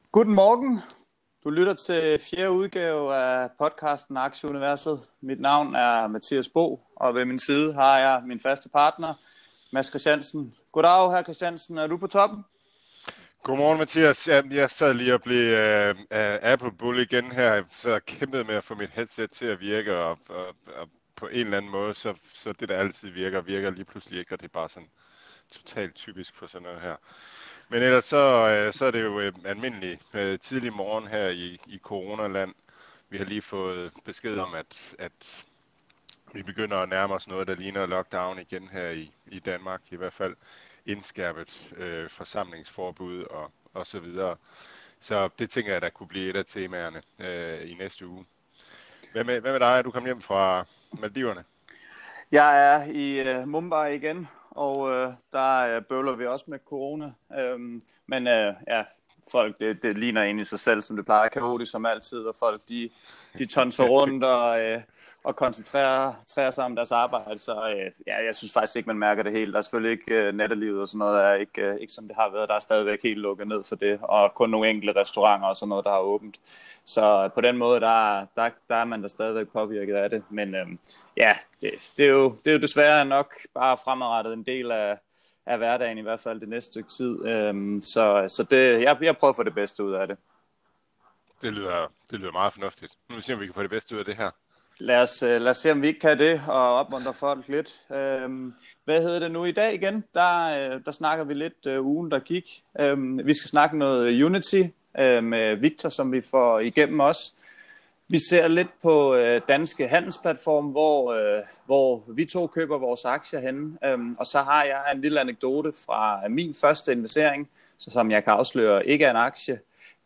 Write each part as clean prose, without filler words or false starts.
Guten Morgen. Du lytter til fjerde udgave af podcasten Aktieuniverset. Mit navn er Mathias Bo, og ved min side har jeg min faste partner, Mads Christiansen. Goddag, hr. Christiansen. Er du på toppen? Godmorgen, Mathias. Jeg sad lige og blev Apple Bull igen her. Jeg sad og kæmpede med at få mit headset til at virke, og på en eller anden måde, så det, der altid virker lige pludselig ikke, og det er bare sådan totalt typisk for sådan noget her. Men ellers så er det jo almindelig tidlig morgen her i coronaland. Vi har lige fået besked om, at vi begynder at nærme os noget, der ligner lockdown igen her i Danmark, i hvert fald indskærpet forsamlingsforbud og så videre. Så det tænker jeg, der kunne blive et af temaerne i næste uge. Hvad med dig? Er du kommet hjem fra Maldiverne? Jeg er i Mumbai igen, og der bøvler vi også med corona. Men folk, det ligner egentlig sig selv, som det plejer, kaotisk som altid, og folk de tonser rundt og koncentrerer sig om deres arbejde. Så jeg synes faktisk ikke, man mærker det helt. Der er selvfølgelig ikke nattelivet og sådan noget, er ikke som det har været. Der er stadigvæk helt lukket ned for det, og kun nogle enkelte restauranter og sådan noget, der har åbent. Så på den måde, der er man der stadigvæk påvirket af det. Men det er jo desværre nok bare fremadrettet en del af hverdagen, i hvert fald det næste stykke tid. Så det, jeg prøver at få det bedste ud af det. Det lyder meget fornuftigt. Nu vil vi se, om vi kan få det bedste ud af det her. Lad os se, om vi ikke kan det, og opmuntre folk lidt. Hvad hedder det nu i dag igen? Der snakker vi lidt ugen, der gik. Vi skal snakke noget Unity med Victor, som vi får igennem os. Vi ser lidt på danske handelsplatform, hvor vi to køber vores aktier henne. Og så har jeg en lille anekdote fra min første investering, som jeg kan afsløre ikke er en aktie.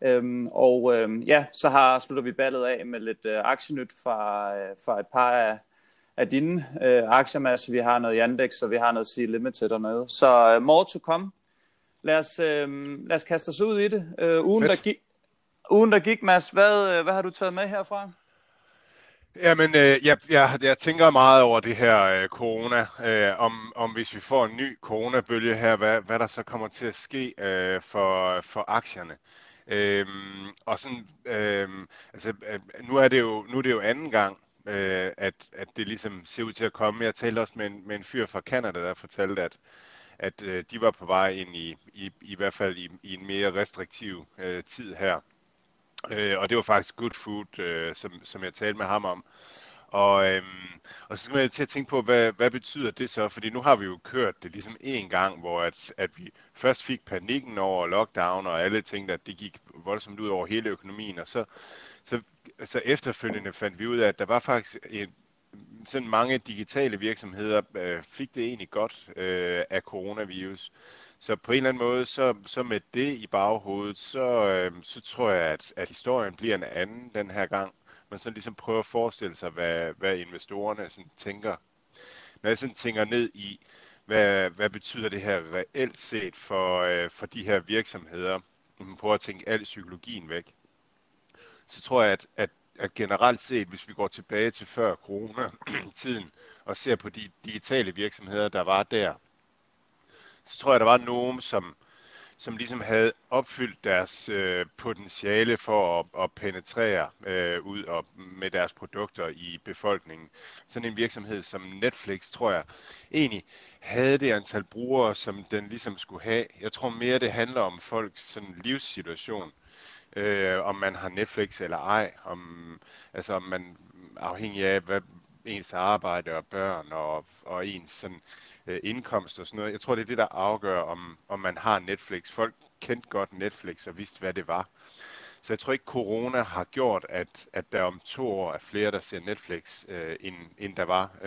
Så slutter vi ballet af med lidt aktienyt fra et par af dine aktier, Mads. Vi har noget Yandex, og vi har noget Sea Limited og noget. Så more to come. Lad os kaste os ud i det. Ugen der gik, Mads, hvad har du taget med herfra? Jamen, jeg tænker meget over det her corona, om hvis vi får en ny coronabølge her, hvad der så kommer til at ske for aktierne. Nu er det jo anden gang, at det ligesom ser ud til at komme. Jeg talte også med en fyr fra Canada, der fortalte, at de var på vej ind i hvert fald i en mere restriktiv tid her. Og det var faktisk Good Food, som jeg talte med ham om. Og så skal man jo til at tænke på, hvad betyder det så? Fordi nu har vi jo kørt det ligesom en gang, hvor at vi først fik panikken over lockdown, og alle tænkte, at det gik voldsomt ud over hele økonomien. Og så efterfølgende fandt vi ud af, at der var faktisk sådan mange digitale virksomheder fik det egentlig godt af coronavirus. Så på en eller anden måde, så med det i baghovedet, så tror jeg, at historien bliver en anden den her gang. Man så ligesom prøver at forestille sig, hvad investorerne sådan tænker. Når jeg sådan tænker ned i, hvad betyder det her reelt set for de her virksomheder, når man prøver at tænke al psykologien væk, så tror jeg, at generelt set, hvis vi går tilbage til før corona-tiden og ser på de digitale virksomheder, der var der, så tror jeg, der var nogen, som ligesom havde opfyldt deres potentiale for at penetrere ud og med deres produkter i befolkningen. Sådan en virksomhed som Netflix, tror jeg, egentlig havde det antal brugere, som den ligesom skulle have. Jeg tror mere, det handler om folks sådan livssituation. Om man har Netflix eller ej, om man afhængig af, hvad ens arbejde og børn og ens sådan, indkomst og sådan noget. Jeg tror, det er det, der afgør, om man har Netflix. Folk kendte godt Netflix og vidste, hvad det var. Så jeg tror ikke, corona har gjort, at der om 2 år er flere, der ser Netflix, end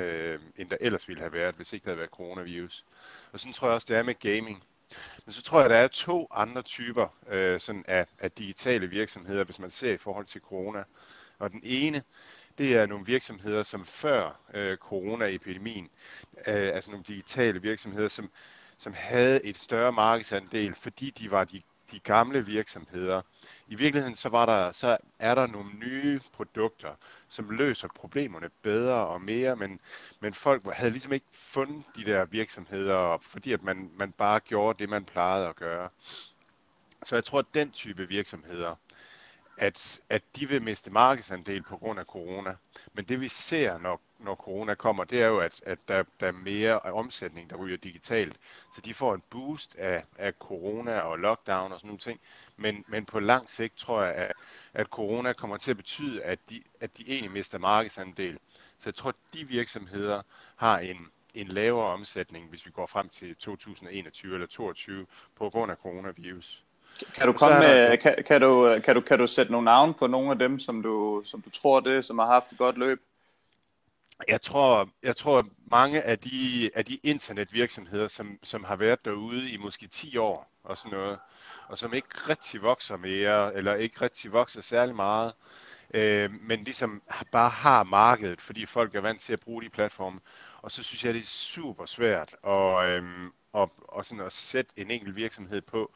der ellers ville have været, hvis ikke der havde været coronavirus. Og sådan tror jeg også, det er med gaming. Men så tror jeg, der er 2 andre typer sådan af digitale virksomheder, hvis man ser i forhold til corona. Og den ene, det er nogle virksomheder, som før coronaepidemien, altså nogle digitale virksomheder, som havde et større markedsandel, fordi de var de gamle virksomheder. I virkeligheden så er der nogle nye produkter, som løser problemerne bedre og mere, men folk havde ligesom ikke fundet de der virksomheder, fordi at man bare gjorde det, man plejede at gøre. Så jeg tror, at den type virksomheder, at de vil miste markedsandel på grund af corona. Men det vi ser, når corona kommer, det er jo, at der er mere omsætning, der ryger digitalt. Så de får en boost af corona og lockdown og sådan nogle ting. Men på lang sigt tror jeg, at corona kommer til at betyde, at de egentlig mister markedsandel. Så jeg tror, at de virksomheder har en lavere omsætning, hvis vi går frem til 2021 eller 2022 på grund af coronavirus. Kan du Og så komme er der med, kan du sætte nogle navne på nogle af dem, som du tror det, som har haft et godt løb? Jeg tror mange af de internetvirksomheder, som har været derude i måske 10 år og sådan noget, og som ikke rigtig vokser mere, eller ikke rigtig vokser særlig meget, men ligesom bare har markedet, fordi folk er vant til at bruge de platforme. Og så synes jeg, det er super svært og sådan at sætte en enkelt virksomhed på.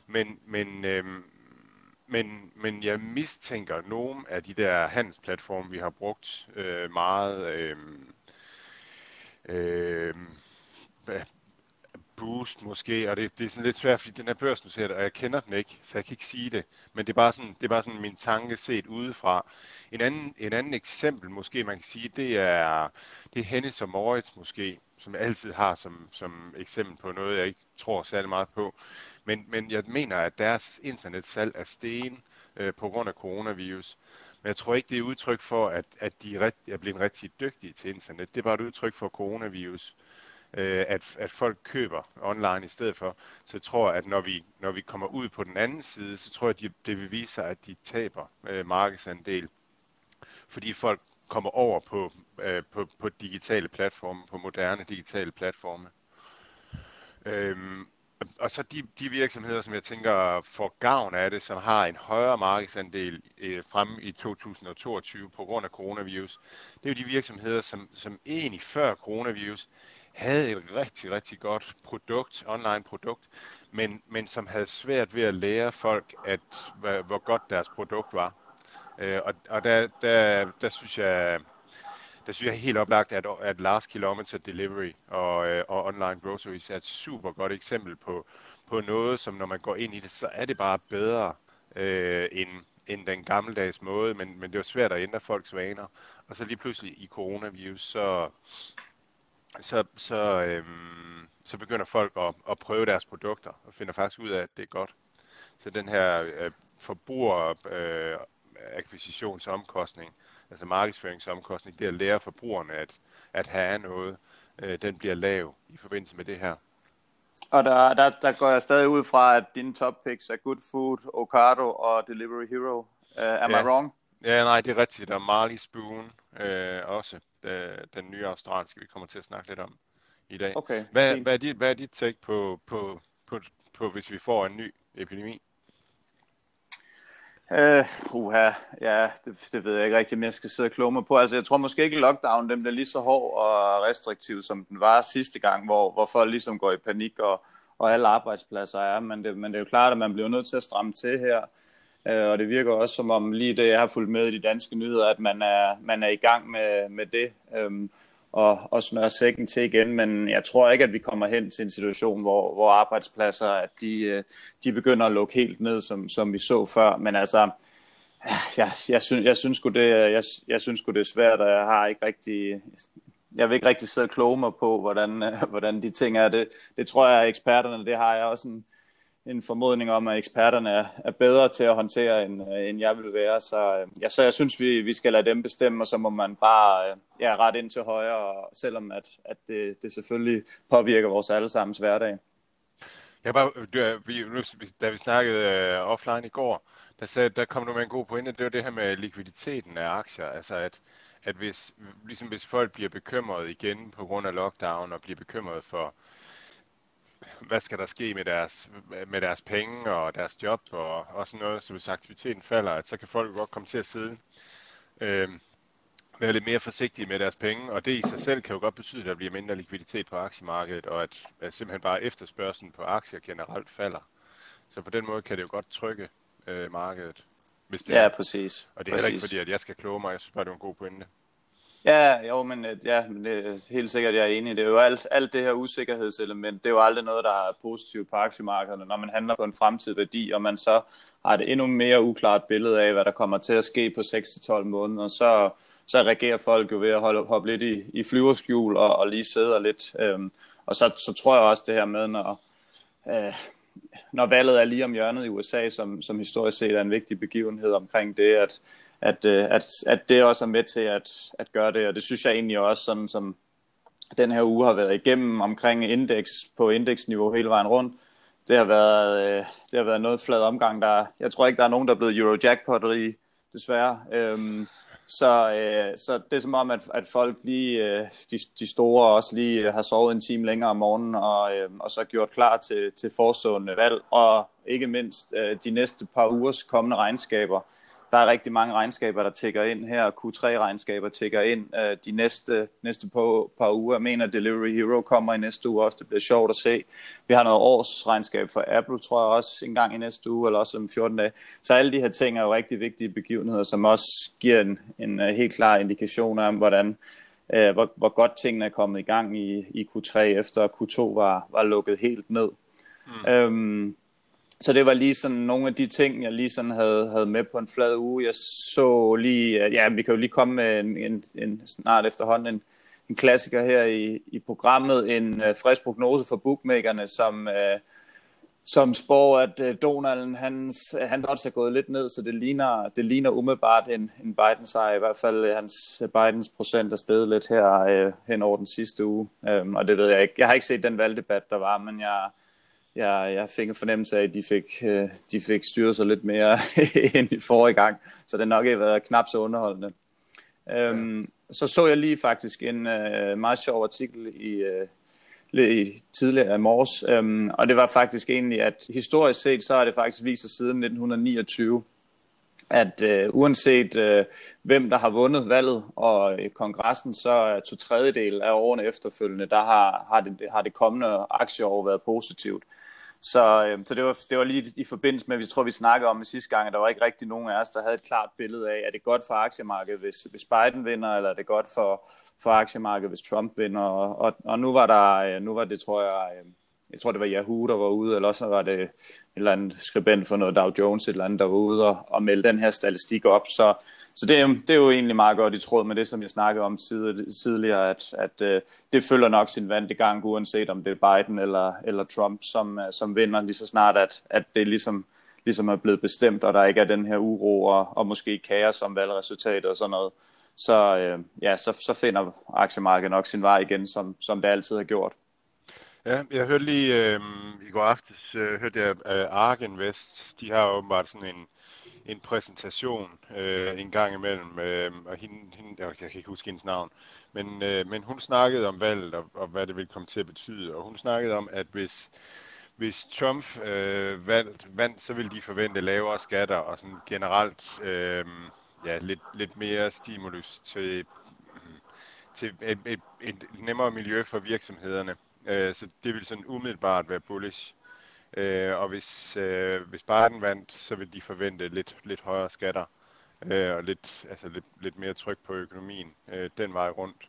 Men jeg mistænker nogle af de der handelsplatforme, vi har brugt meget. Øh, Boost måske, og det er sådan lidt svært, fordi den er børsnoteret, og jeg kender den ikke, så jeg kan ikke sige det. Men det er bare sådan min tanke set udefra. En anden eksempel, måske man kan sige, det er Hennes og Mauritz måske, som jeg altid har som eksempel på noget, jeg ikke tror særlig meget på. Men jeg mener, at deres internetsalg er sten på grund af coronavirus. Men jeg tror ikke, det er udtryk for, at de er blevet rigtig dygtige til internet. Det er bare et udtryk for coronavirus, at folk køber online i stedet for. Så jeg tror, at når vi kommer ud på den anden side, så tror jeg, at det vil vise sig, at de taber markedsandel, fordi folk kommer over på digitale platforme, på moderne digitale platforme. Og så de virksomheder, som jeg tænker får gavn af det, som har en højere markedsandel fremme i 2022 på grund af coronavirus, det er jo de virksomheder, som egentlig før coronavirus havde et rigtig, rigtig godt produkt, online produkt, men som havde svært ved at lære folk, hvor godt deres produkt var. Og der synes jeg, helt oplagt, at last kilometer delivery og online groceries er et super godt eksempel på noget, som når man går ind i det, så er det bare bedre end den gammeldags måde, men det er svært at ændre folks vaner. Og så lige pludselig i coronavirus, så begynder folk at prøve deres produkter og finder faktisk ud af, at det er godt. Så den her forbrugerakquisitionsomkostning, altså markedsføringsomkostning, det at lære forbrugerne at have noget, den bliver lav i forbindelse med det her. Og der går jeg stadig ud fra, at dine top picks er Good Food, Ocado og Delivery Hero. Am I wrong? Ja, nej, det er rigtigt. Og Marley Spoon også, den nye australske, vi kommer til at snakke lidt om i dag. Okay, hvad er dit take på, hvis vi får en ny epidemi? Ja, det ved jeg ikke rigtig, om jeg skal sidde og kloge mig på. Altså, jeg tror måske ikke, lockdown den bliver lige så hård og restriktiv, som den var sidste gang, hvor folk ligesom går i panik, og alle arbejdspladser er. Men det er jo klart, at man bliver nødt til at stramme til her. Og det virker også som om, lige det jeg har fulgt med i de danske nyheder, at man er i gang med det. Og snøre sækken til igen, men jeg tror ikke, at vi kommer hen til en situation, hvor arbejdspladser, at de begynder at lukke helt ned, som vi så før. Men altså, jeg synes sgu det er svært, og jeg vil ikke rigtig sidde og kloge mig på, hvordan de ting er. Det tror jeg, at eksperterne, det har jeg også en formodning om, at eksperterne er bedre til at håndtere, end jeg vil være. Så jeg synes, vi skal lade dem bestemme, og så må man bare rette ind til højre, selvom at det selvfølgelig påvirker vores allesammens hverdag. Da vi snakkede offline i går, der kom du med en god pointe, det var det her med likviditeten af aktier. Altså at hvis folk bliver bekymret igen på grund af lockdown, og bliver bekymret for, hvad skal der ske med deres penge og deres job og sådan noget, så hvis aktiviteten falder, at så kan folk godt komme til at sidde være lidt mere forsigtige med deres penge, og det i sig selv kan jo godt betyde, at der bliver mindre likviditet på aktiemarkedet, og at simpelthen bare efterspørgselen på aktier generelt falder. Så på den måde kan det jo godt trykke markedet. Hvis det Ja, præcis. Og det er heller ikke fordi, at jeg skal kloge mig, jeg synes bare, det er en god pointe. Ja, jo, men det er helt sikkert, jeg er enig. Det er jo alt det her usikkerhedselement, det er jo aldrig noget, der er positivt på aktiemarkederne, når man handler på en fremtidig værdi, og man så har det endnu mere uklart billede af, hvad der kommer til at ske på 6-12 måneder, så reagerer folk jo ved at hoppe lidt i flyverskjul og lige sidde lidt. Og så tror jeg også det her med, når valget er lige om hjørnet i USA, som historisk set er en vigtig begivenhed omkring det, at det også er med til at gøre det, og det synes jeg egentlig også, sådan som den her uge har været igennem omkring indeks på indeksniveau hele vejen rundt. Det har været noget flad omgang. Jeg tror ikke, der er nogen, der er blevet Eurojackpot-rige, desværre. Så det er som om, at folk lige, de store også lige har sovet en time længere om morgenen, og så gjort klar til forestående valg, og ikke mindst de næste par ugers kommende regnskaber. Der er rigtig mange regnskaber, der tikker ind her. Q3-regnskaber tikker ind de næste par uger. Jeg mener, Delivery Hero kommer i næste uge også. Det bliver sjovt at se. Vi har noget årsregnskab for Apple, tror jeg også, en gang i næste uge, eller også om 14 dage. Så alle de her ting er jo rigtig vigtige begivenheder, som også giver en helt klar indikation af, hvor godt tingene er kommet i gang i Q3, efter Q2 var lukket helt ned. Så det var lige sådan nogle af de ting, jeg lige sådan havde med på en flad uge. Jeg så lige, vi kan jo lige komme med en snart efterhånden en klassiker her i programmet, en frisk prognose for bookmakerne, som spår, at Donald, han odds er gået lidt ned, så det ligner umiddelbart en Biden-sejr. I hvert fald Bidens procent er steget lidt her hen over den sidste uge, og det ved jeg ikke. Jeg har ikke set den valgdebat, der var, men jeg fik en fornemmelse af, at de fik styret sig lidt mere end i forrige gang, så det nok har været knap så underholdende. Så jeg lige faktisk en meget sjov artikel i tidligere i morges, og det var faktisk egentlig, at historisk set, så har det faktisk vist sig siden 1929, at uanset hvem der har vundet valget og kongressen, så er 2/3 af årene efterfølgende, der har det kommende aktieår været positivt. Så det var lige i forbindelse med, vi tror vi snakkede om sidste gang, at der var ikke rigtig nogen af os, der havde et klart billede af, er det godt for aktiemarkedet, hvis Biden vinder, eller er det godt for aktiemarkedet, hvis Trump vinder. Og nu var det, tror jeg det var Yahoo, der var ude, eller også var det et eller andet skribent for noget Dow Jones, et eller andet, der var ude og melde den her statistik op. Så det er jo egentlig meget godt i tråd med det, som jeg snakkede om tidligere, at det følger nok sin vand i gang, uanset om det er Biden eller Trump, som vinder, lige så snart, at det ligesom er blevet bestemt, og der ikke er den her uro og måske kaos om valgresultatet og sådan noget. Så finder aktiemarkedet nok sin vej igen, som det altid har gjort. Ja, jeg hørte lige i går aftes, hørte jeg ARK Invest, de har åbenbart sådan en præsentation en gang imellem, og hende, jeg kan ikke huske hendes navn, men hun snakkede om valget og hvad det ville komme til at betyde, og hun snakkede om, at hvis Trump vandt, så ville de forvente lavere skatter og sådan generelt lidt mere stimulus til et nemmere miljø for virksomhederne. Så det vil sådan umiddelbart være bullish. Og hvis Biden vandt, så vil de forvente lidt højere skatter og lidt mere tryk på økonomien den vej rundt.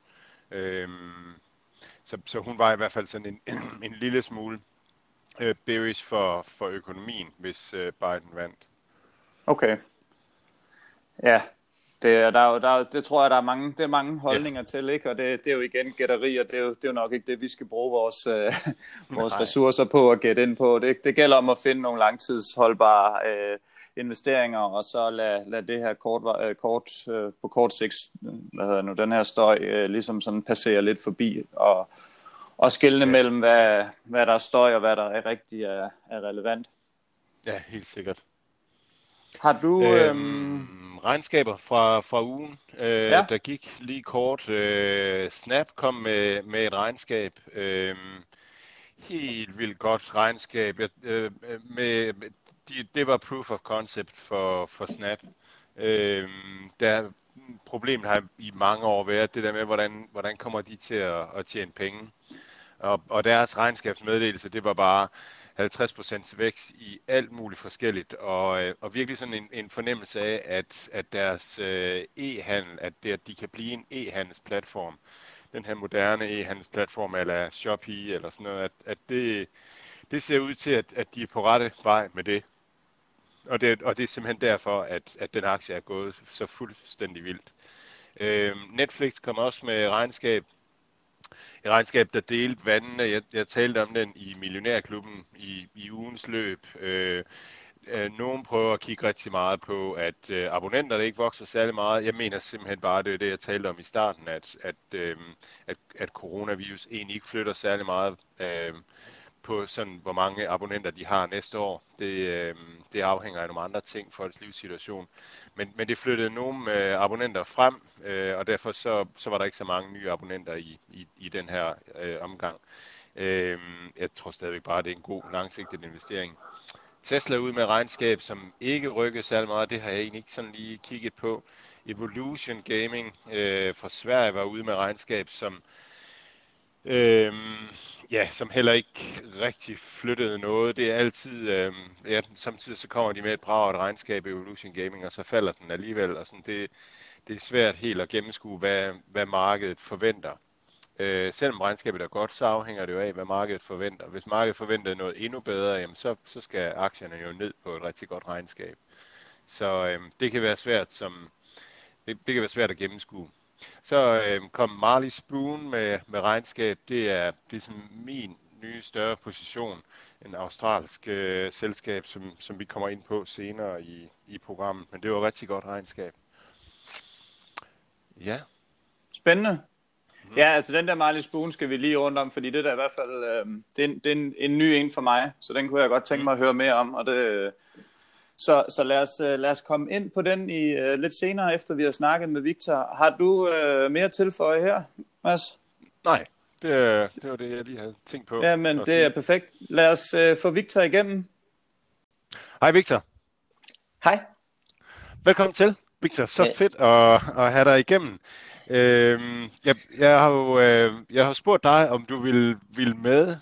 Så hun var i hvert fald sådan en lille smule bearish for økonomien, hvis Biden vandt. Okay. Ja. Det tror jeg, der er mange holdninger til, ikke? Og det er jo igen gætteri, og det er jo nok ikke det, vi skal bruge vores ressourcer på at gætte ind på. Det gælder om at finde nogle langtidsholdbare investeringer, og så lade det her på kort sigt, den her støj, ligesom sådan passere lidt forbi, og skelne mellem, hvad der er støj, og hvad der er rigtig er relevant. Ja, helt sikkert. Har du... regnskaber fra ugen, der gik lige kort. Snap kom med et regnskab. Helt vildt godt regnskab. Det var proof of concept for Snap. Problemet har i mange år været det der med, hvordan kommer de til at tjene penge. Og deres regnskabsmeddelelse, det var bare, 50% vækst i alt muligt forskelligt, og virkelig sådan en fornemmelse af, at deres e-handel, at de kan blive en e-handelsplatform, den her moderne e-handelsplatform, eller Shopee, eller sådan noget, at det ser ud til, at de er på rette vej med det. Og det er simpelthen derfor, at den aktie er gået så fuldstændig vildt. Netflix kommer også med regnskab. Et regnskab, der delte vandene. Jeg talte om den i Millionærklubben i ugens løb. Nogen prøver at kigge rigtig meget på, at abonnenterne ikke vokser særlig meget. Jeg mener simpelthen bare, det er det, jeg talte om i starten, at coronavirus egentlig ikke flytter særlig meget på sådan, hvor mange abonnenter de har næste år. Det afhænger af nogle andre ting, folks livssituation. Men det flyttede nogle abonnenter frem, og derfor så var der ikke så mange nye abonnenter i den her omgang. Jeg tror stadigvæk bare, at det er en god langsigtet investering. Tesla ud med regnskab, som ikke rykkede særlig meget. Det har jeg egentlig ikke sådan lige kigget på. Evolution Gaming fra Sverige var ude med regnskab, som som heller ikke rigtig flyttede noget. Det er altid, samtidig så kommer de med et bragt regnskab i Evolution Gaming, og så falder den alligevel. Og sådan, det er svært helt at gennemskue, hvad markedet forventer. Selvom regnskabet er godt, så afhænger det jo af, hvad markedet forventer. Hvis markedet forventer noget endnu bedre, jamen så skal aktierne jo ned på et rigtig godt regnskab. Så det kan være svært det kan være svært at gennemskue. Så kom Marley Spoon med regnskab. Det er sådan min nye større position. En australsk selskab, som vi kommer ind på senere i programmet. Men det var et rigtig godt regnskab. Ja. Spændende. Ja, altså den der Marley Spoon skal vi lige rundt om, fordi det der i hvert fald, det er en ny en for mig, så den kunne jeg godt tænke mig at høre mere om, og så lad os komme ind på den lidt senere, efter vi har snakket med Victor. Har du mere tilføje her, Mads? Nej, det var det, jeg lige havde tænkt på. Ja, men det er perfekt. Lad os få Victor igennem. Hej Victor. Hej. Velkommen til, Victor. Så fedt at have dig igennem. Jeg har spurgt dig, om du ville med,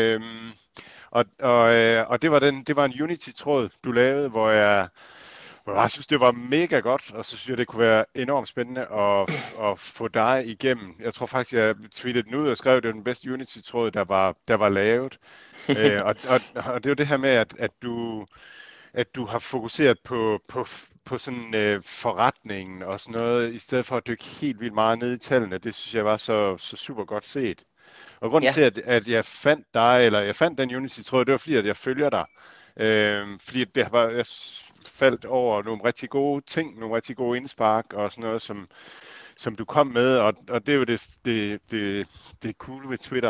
og det var en Unity-tråd, du lavede, hvor jeg synes, det var mega godt, og så synes jeg, det kunne være enormt spændende at få dig igennem. Jeg tror faktisk, jeg tweetede den ud og skrev, at det var den bedste Unity-tråd, der var lavet. Og det er jo det her med, at du har fokuseret på sådan forretningen og sådan noget, i stedet for at dykke helt vildt meget ned i tallene. Det synes jeg var så super godt set. Og grunden til, at jeg fandt dig, eller jeg fandt den Unity-tråd, det var fordi, at jeg følger dig. Fordi jeg faldt over nogle rigtig gode ting, nogle rigtig gode indspark og sådan noget, som du kom med, og det er jo det cool ved Twitter,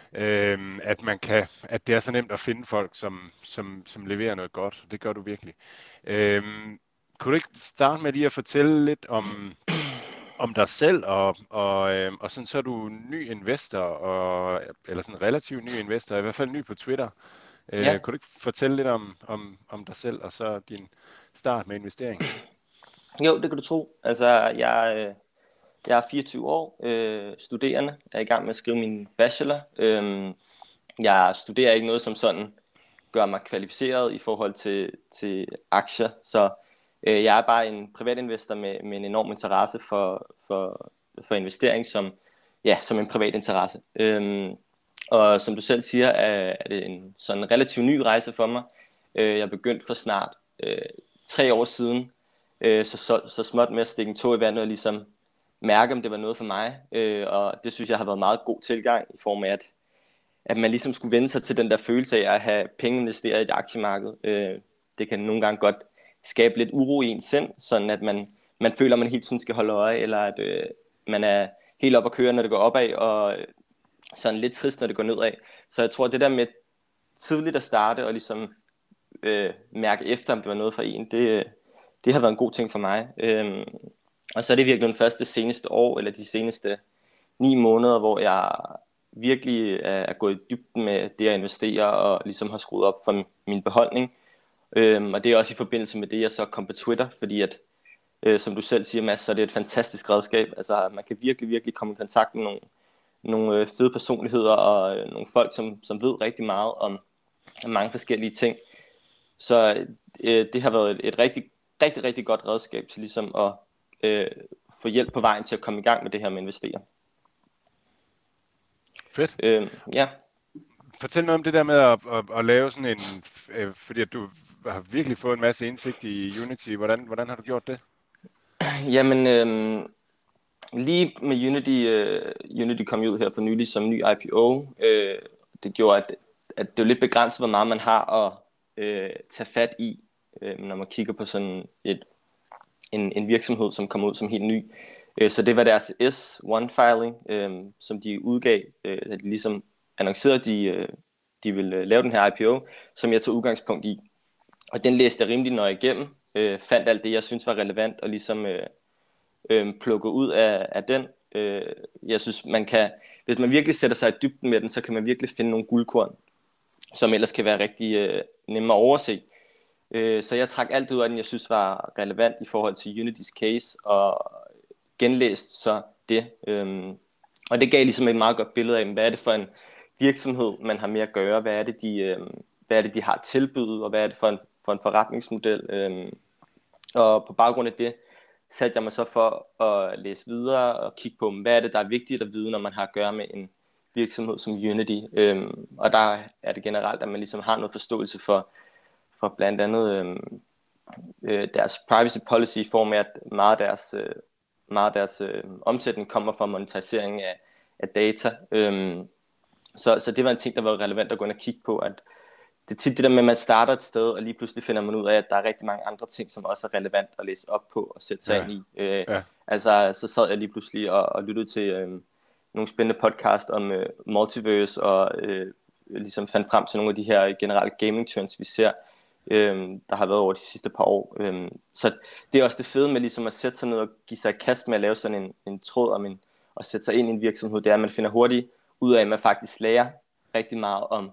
at det er så nemt at finde folk, som leverer noget godt. Det gør du virkelig. Kunne du ikke starte med lige at fortælle lidt om dig selv, og sådan så er du ny investor, eller sådan relativt ny investor, i hvert fald ny på Twitter. Kunne du ikke fortælle lidt om dig selv, og så din start med investering? Jo, det kan du tro. Altså, jeg er 24 år, studerende, er i gang med at skrive min bachelor. Jeg studerer ikke noget, som sådan gør mig kvalificeret i forhold til aktier, så jeg er bare en privatinvestor med en enorm interesse for investering som en privat interesse. Og som du selv siger, er det en sådan relativt ny rejse for mig. Jeg begyndte for snart 3 år siden, så småt med at stikke en tå i vandet og ligesom mærke, om det var noget for mig. Og det synes jeg har været meget god tilgang i form af, at man ligesom skulle vende sig til den der følelse af at have penge investeret i et aktiemarked. Det kan nogle gange godt skabe lidt uro i ens sind, sådan at man føler, at man hele tiden skal holde øje, eller at man er helt op at køre, når det går opad, og sådan lidt trist, når det går nedad. Så jeg tror, at det der med tidligt at starte og ligesom mærke efter, om det var noget for en, det har været en god ting for mig. Og så er det virkelig det seneste år, eller de seneste 9 måneder, hvor jeg virkelig er gået i dybden med det at investere, og ligesom har skruet op for min beholdning. Og det er også i forbindelse med det, jeg så kom på Twitter, fordi at, som du selv siger, Mads, så er det et fantastisk redskab. Altså, man kan virkelig, virkelig komme i kontakt med nogle fede personligheder, og nogle folk, som ved rigtig meget mange forskellige ting. Så det har været et rigtig godt redskab til ligesom at få hjælp på vejen til at komme i gang med det her med at investere. Fedt. Ja. Fortæl mig om det der med at lave sådan en, fordi at du har virkelig fået en masse indsigt i Unity. Hvordan har du gjort det? Jamen, lige med Unity kom ud her for nylig som ny IPO. Det gjorde, at det er lidt begrænset, hvor meget man har at tage fat i, når man kigger på sådan en virksomhed, som kommer ud som helt ny. Så det var deres S1-filing, som de udgav, at de ligesom annoncerede, de ville lave den her IPO, som jeg tog udgangspunkt i. Og den læste jeg rimelig nøje igennem, fandt alt det, jeg synes var relevant, og ligesom plukke ud af den. Jeg synes, man kan, hvis man virkelig sætter sig i dybden med den, så kan man virkelig finde nogle guldkorn, som ellers kan være rigtig nemme at overse. Så jeg trak alt ud af den, jeg synes var relevant i forhold til Unity's case, og genlæst så det. Og det gav ligesom et meget godt billede af, hvad er det for en virksomhed, man har med at gøre, hvad er det, de har tilbydet, og hvad er det for en forretningsmodel. Og på baggrund af det, satte jeg mig så for at læse videre og kigge på, hvad er det, der er vigtigt at vide, når man har at gøre med en virksomhed som Unity. Og der er det generelt, at man ligesom har noget forståelse for blandt andet deres privacy policy i form af, at meget af deres omsætning kommer fra monetarisering af data. Så det var en ting, der var relevant at gå ind og kigge på, at det er tit det der med, at man starter et sted, og lige pludselig finder man ud af, at der er rigtig mange andre ting, som også er relevant at læse op på og sætte sig ind i. Altså, så sad jeg lige pludselig og lyttede til nogle spændende podcast om multiverse, og ligesom fandt frem til nogle af de her generelle gaming trends, vi ser, der har været over de sidste par år. Så det er også det fede med ligesom at sætte sig ned og give sig i kast med at lave sådan en tråd om og sætte sig ind i en virksomhed. Det er, at man finder hurtigt ud af, at man faktisk lærer rigtig meget om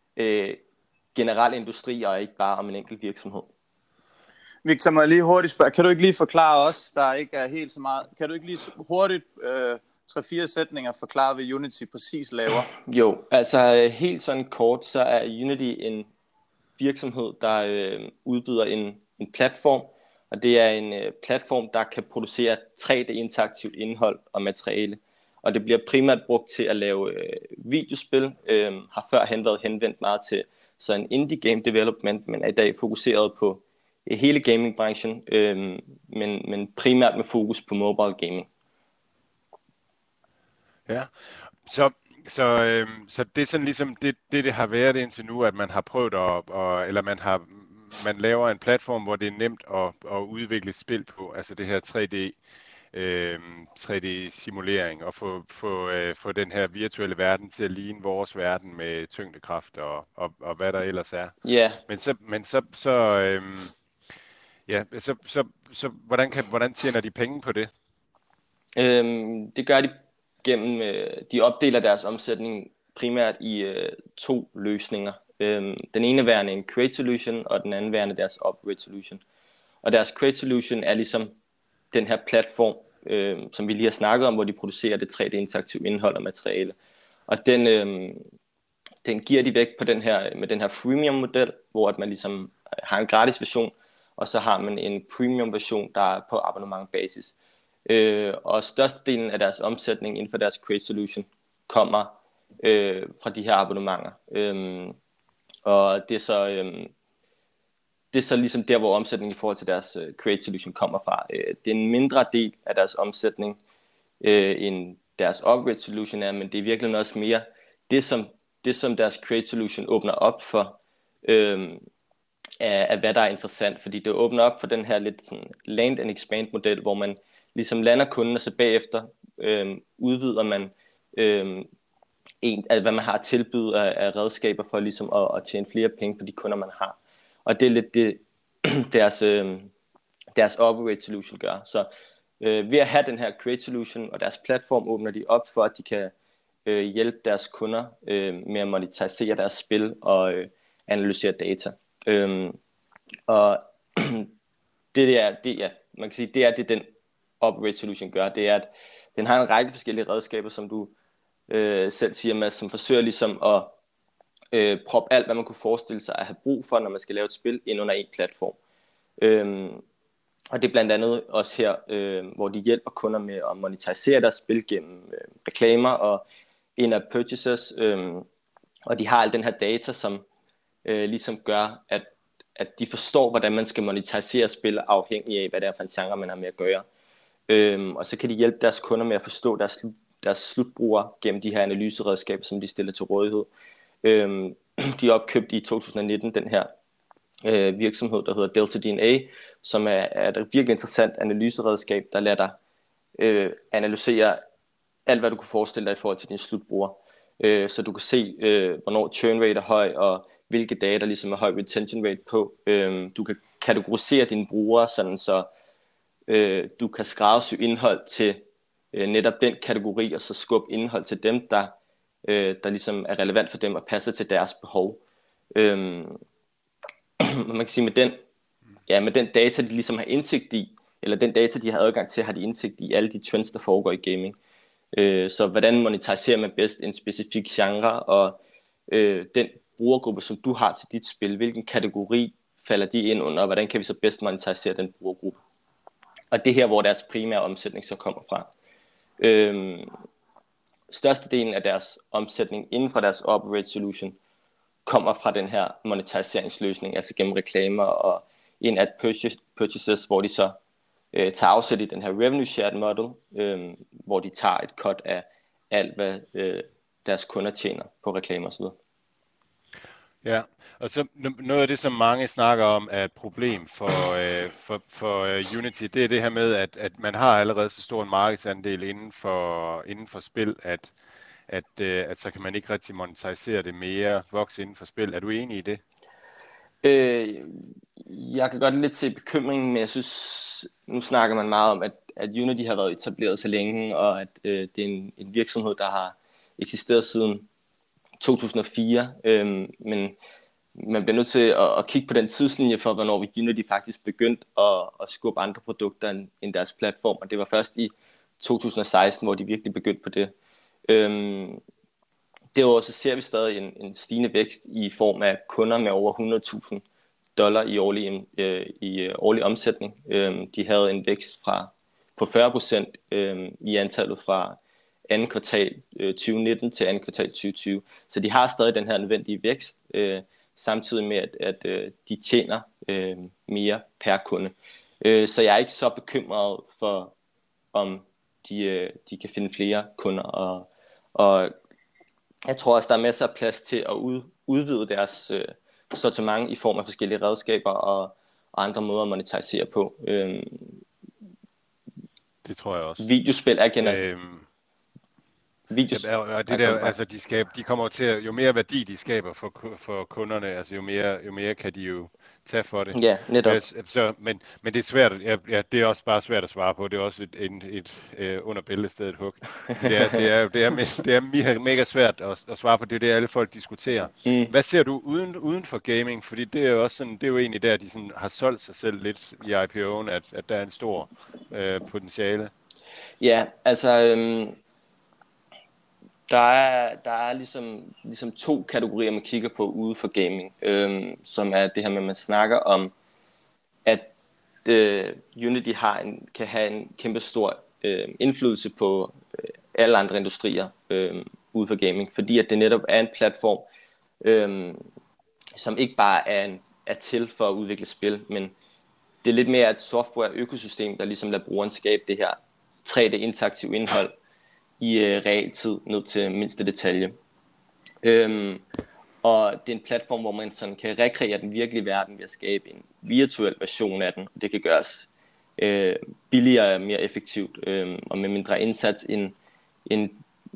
generel industri, og ikke bare om en enkelt virksomhed. Victor, må jeg lige hurtigt spørge, kan du ikke lige forklare os, der ikke er helt så meget, kan du ikke lige hurtigt 3-4 sætninger forklare, hvad Unity præcis laver? Jo, altså helt sådan kort, så er Unity en virksomhed, der udbyder en platform, og det er en platform, der kan producere 3D-interaktivt indhold og materiale. Og det bliver primært brugt til at lave videospil, har førhen været henvendt meget til så en indie game development, men er i dag fokuseret på hele gamingbranchen, men primært med fokus på mobile gaming. Ja, så det er sådan ligesom det har været indtil nu, at man har prøvet eller man laver en platform, hvor det er nemt at udvikle spil på, altså det her 3D-simulering, og få den her virtuelle verden til at ligne vores verden med tyngdekraft og hvad der ellers er. Yeah. Så hvordan tjener de penge på det? Det gør de gennem, de opdeler deres omsætning primært i 2 løsninger. Den ene værende en Create Solution, og den anden værende deres Operate Solution. Og deres Create Solution er ligesom den her platform, som vi lige har snakket om, hvor de producerer det 3D-interaktive indhold og materiale. Og den giver de væk på med den her freemium model, hvor at man ligesom har en gratis version, og så har man en premium version, der er på abonnementbasis. Og størstedelen af deres omsætning inden for deres Create Solution kommer fra de her abonnementer. Og det er så ligesom der, hvor omsætningen i forhold til deres Create Solution kommer fra. Det er en mindre del af deres omsætning end deres Operate Solution er, men det er virkelig også mere det som deres Create Solution åbner op for, af hvad der er interessant, fordi det åbner op for den her lidt sådan land and expand model, hvor man ligesom lander kunden, og så bagefter udvider man hvad man har at tilbyde af redskaber for ligesom at tjene flere penge på de kunder, man har. Og det er lidt det, deres Operate Solution gør. Så ved at have den her Create Solution og deres platform, åbner de op for, at de kan hjælpe deres kunder med at monetarisere deres spil og analysere data. Og man kan sige, det er det, den Operate Solution gør. Det er, at den har en række forskellige redskaber, som du selv siger, Mads, som forsøger ligesom proppe alt, hvad man kunne forestille sig at have brug for, når man skal lave et spil, ind under en platform. Og det er blandt andet også her, hvor de hjælper kunder med at monetisere deres spil gennem reklamer og in-app purchases. Og de har al den her data, som ligesom gør, at de forstår, hvordan man skal monetisere spil, afhængig af, hvad det er for en genre, man har med at gøre. Og så kan de hjælpe deres kunder med at forstå deres slutbrugere gennem de her analyseredskaber, som de stiller til rådighed. De opkøbte i 2019 den her virksomhed, der hedder Delta DNA, som er et virkelig interessant analyseredskab, der lader dig analysere alt, hvad du kunne forestille dig i forhold til din slutbruger. Så du kan se, hvornår churn rate er høj, og hvilke dage der ligesom er høj retention rate på. Du kan kategorisere dine brugere, sådan så du kan skræddersy indhold til netop den kategori, og så skubbe indhold til dem, der ligesom er relevant for dem og passer til deres behov. Man kan sige, med den data, de ligesom har indsigt i, eller den data, de har adgang til, har de indsigt i alle de trends, der foregår i gaming. Så hvordan monetiserer man bedst en specifik genre, og den brugergruppe, som du har til dit spil, hvilken kategori falder de ind under, og hvordan kan vi så bedst monetisere den brugergruppe? Og det er her, hvor deres primære omsætning så kommer fra. Størstedelen af deres omsætning inden for deres Operate Solution kommer fra den her monetiseringsløsning, altså gennem reklamer og in-app purchases, hvor de så tager afsæt i den her revenue shared model, hvor de tager et cut af alt, hvad deres kunder tjener på reklamer osv. Ja, og så noget af det, som mange snakker om, er et problem for Unity, det er det her med, at man har allerede så stor en markedsandel inden for spil, at så kan man ikke rigtig monetisere det mere, vokse inden for spil. Er du enig i det? Jeg kan godt lidt se bekymringen, men jeg synes, nu snakker man meget om, at Unity har været etableret så længe, og at det er en virksomhed, der har eksisteret siden 2004, men man bliver nødt til at kigge på den tidslinje for, hvornår Unity faktisk begyndte at skubbe andre produkter end deres platform, og det var først i 2016, hvor de virkelig begyndte på det. Derudover så ser vi stadig en stigende vækst i form af kunder med over $100,000 i årlig omsætning. De havde en vækst på 40% i antallet fra andet kvartal 2019 til andet kvartal 2020. Så de har stadig den her nødvendige vækst, samtidig med at de tjener mere per kunde. Så jeg er ikke så bekymret for, om de kan finde flere kunder, og jeg tror også, der er masser af plads til at udvide deres sortiment i form af forskellige redskaber og andre måder at monetisere på. Det tror jeg også. Videospil er generelt. De kommer til at, jo mere værdi de skaber for kunderne, altså jo mere kan de jo tage for det. Ja, netop. Men det er svært, det er også bare svært at svare på. Det er også et under bæltestedet hug. Det er mega svært at svare på. Det er det, alle folk diskuterer. Hvad ser du uden for gaming? Fordi det er jo også sådan, det er jo egentlig der, de sådan har solgt sig selv lidt i IPO'en, at der er en stor potentiale. Ja, altså der er ligesom to kategorier, man kigger på ude for gaming, som er det her med, at man snakker om, at Unity kan have en kæmpe stor indflydelse på alle andre industrier ude for gaming, fordi at det netop er en platform, som ikke bare er til for at udvikle spil, men det er lidt mere et software-økosystem, der ligesom lader brugeren skabe det her 3D-interaktiv indhold i realtid ned til mindste detalje. Og det er en platform, hvor man sådan kan rekreere den virkelige verden ved at skabe en virtuel version af den. Det kan gøres billigere og mere effektivt, og med mindre indsats end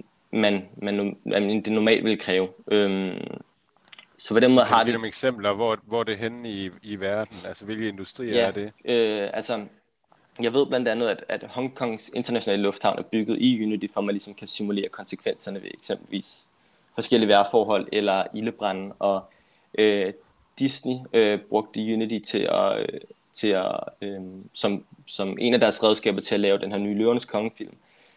det normalt vil kræve. Så på den måde har det nogle eksempler, hvor det er henne i verden, altså hvilke industrier er det? Altså jeg ved blandt andet, at Hongkongs internationale lufthavn er bygget i Unity, for at man ligesom kan simulere konsekvenserne ved eksempelvis forskellige vejrforhold eller ildebrande, og Disney brugte Unity som en af deres redskaber til at lave den her nye Løvernes Konge-film.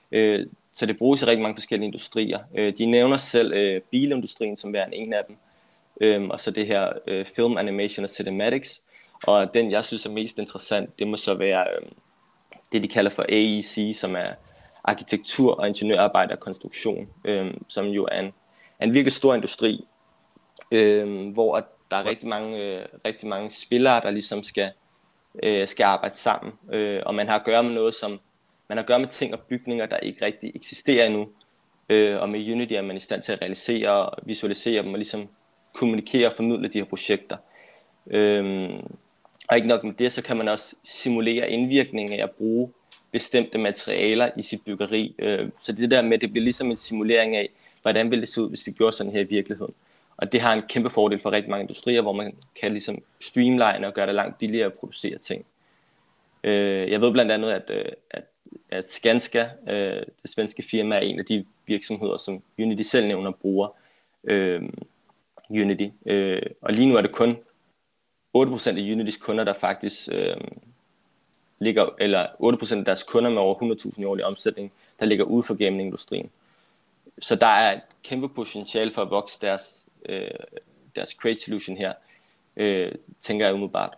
Så det bruges i rigtig mange forskellige industrier. De nævner selv bilindustrien som værende en af dem. og så det her film, animation og cinematics. Og den, jeg synes er mest interessant, det må så være det, de kalder for AEC, som er arkitektur og ingeniørarbejde og konstruktion, som jo er en virkelig stor industri, hvor der er rigtig mange spillere, der ligesom skal arbejde sammen, og man har at gøre med man har at gøre med ting og bygninger, der ikke rigtig eksisterer endnu, og med Unity er man i stand til at realisere og visualisere dem og ligesom kommunikere og formidle de her projekter. Og ikke nok med det, så kan man også simulere indvirkningen af at bruge bestemte materialer i sit byggeri. Så det der med, det bliver ligesom en simulering af, hvordan ville det se ud, hvis vi gjorde sådan her i virkeligheden. Og det har en kæmpe fordel for rigtig mange industrier, hvor man kan ligesom streamline og gøre det langt billigere at producere ting. Jeg ved blandt andet, at Skanska, det svenske firma, er en af de virksomheder, som Unity selv nævner bruger Unity. Og lige nu er det kun 8% af Unitys kunder, der faktisk ligger, eller 8% af deres kunder med over 100.000 i årlig omsætning, der ligger ude for gamingindustrien. Så der er et kæmpe potentiale for at vokse deres Create Solution her, tænker jeg umiddelbart.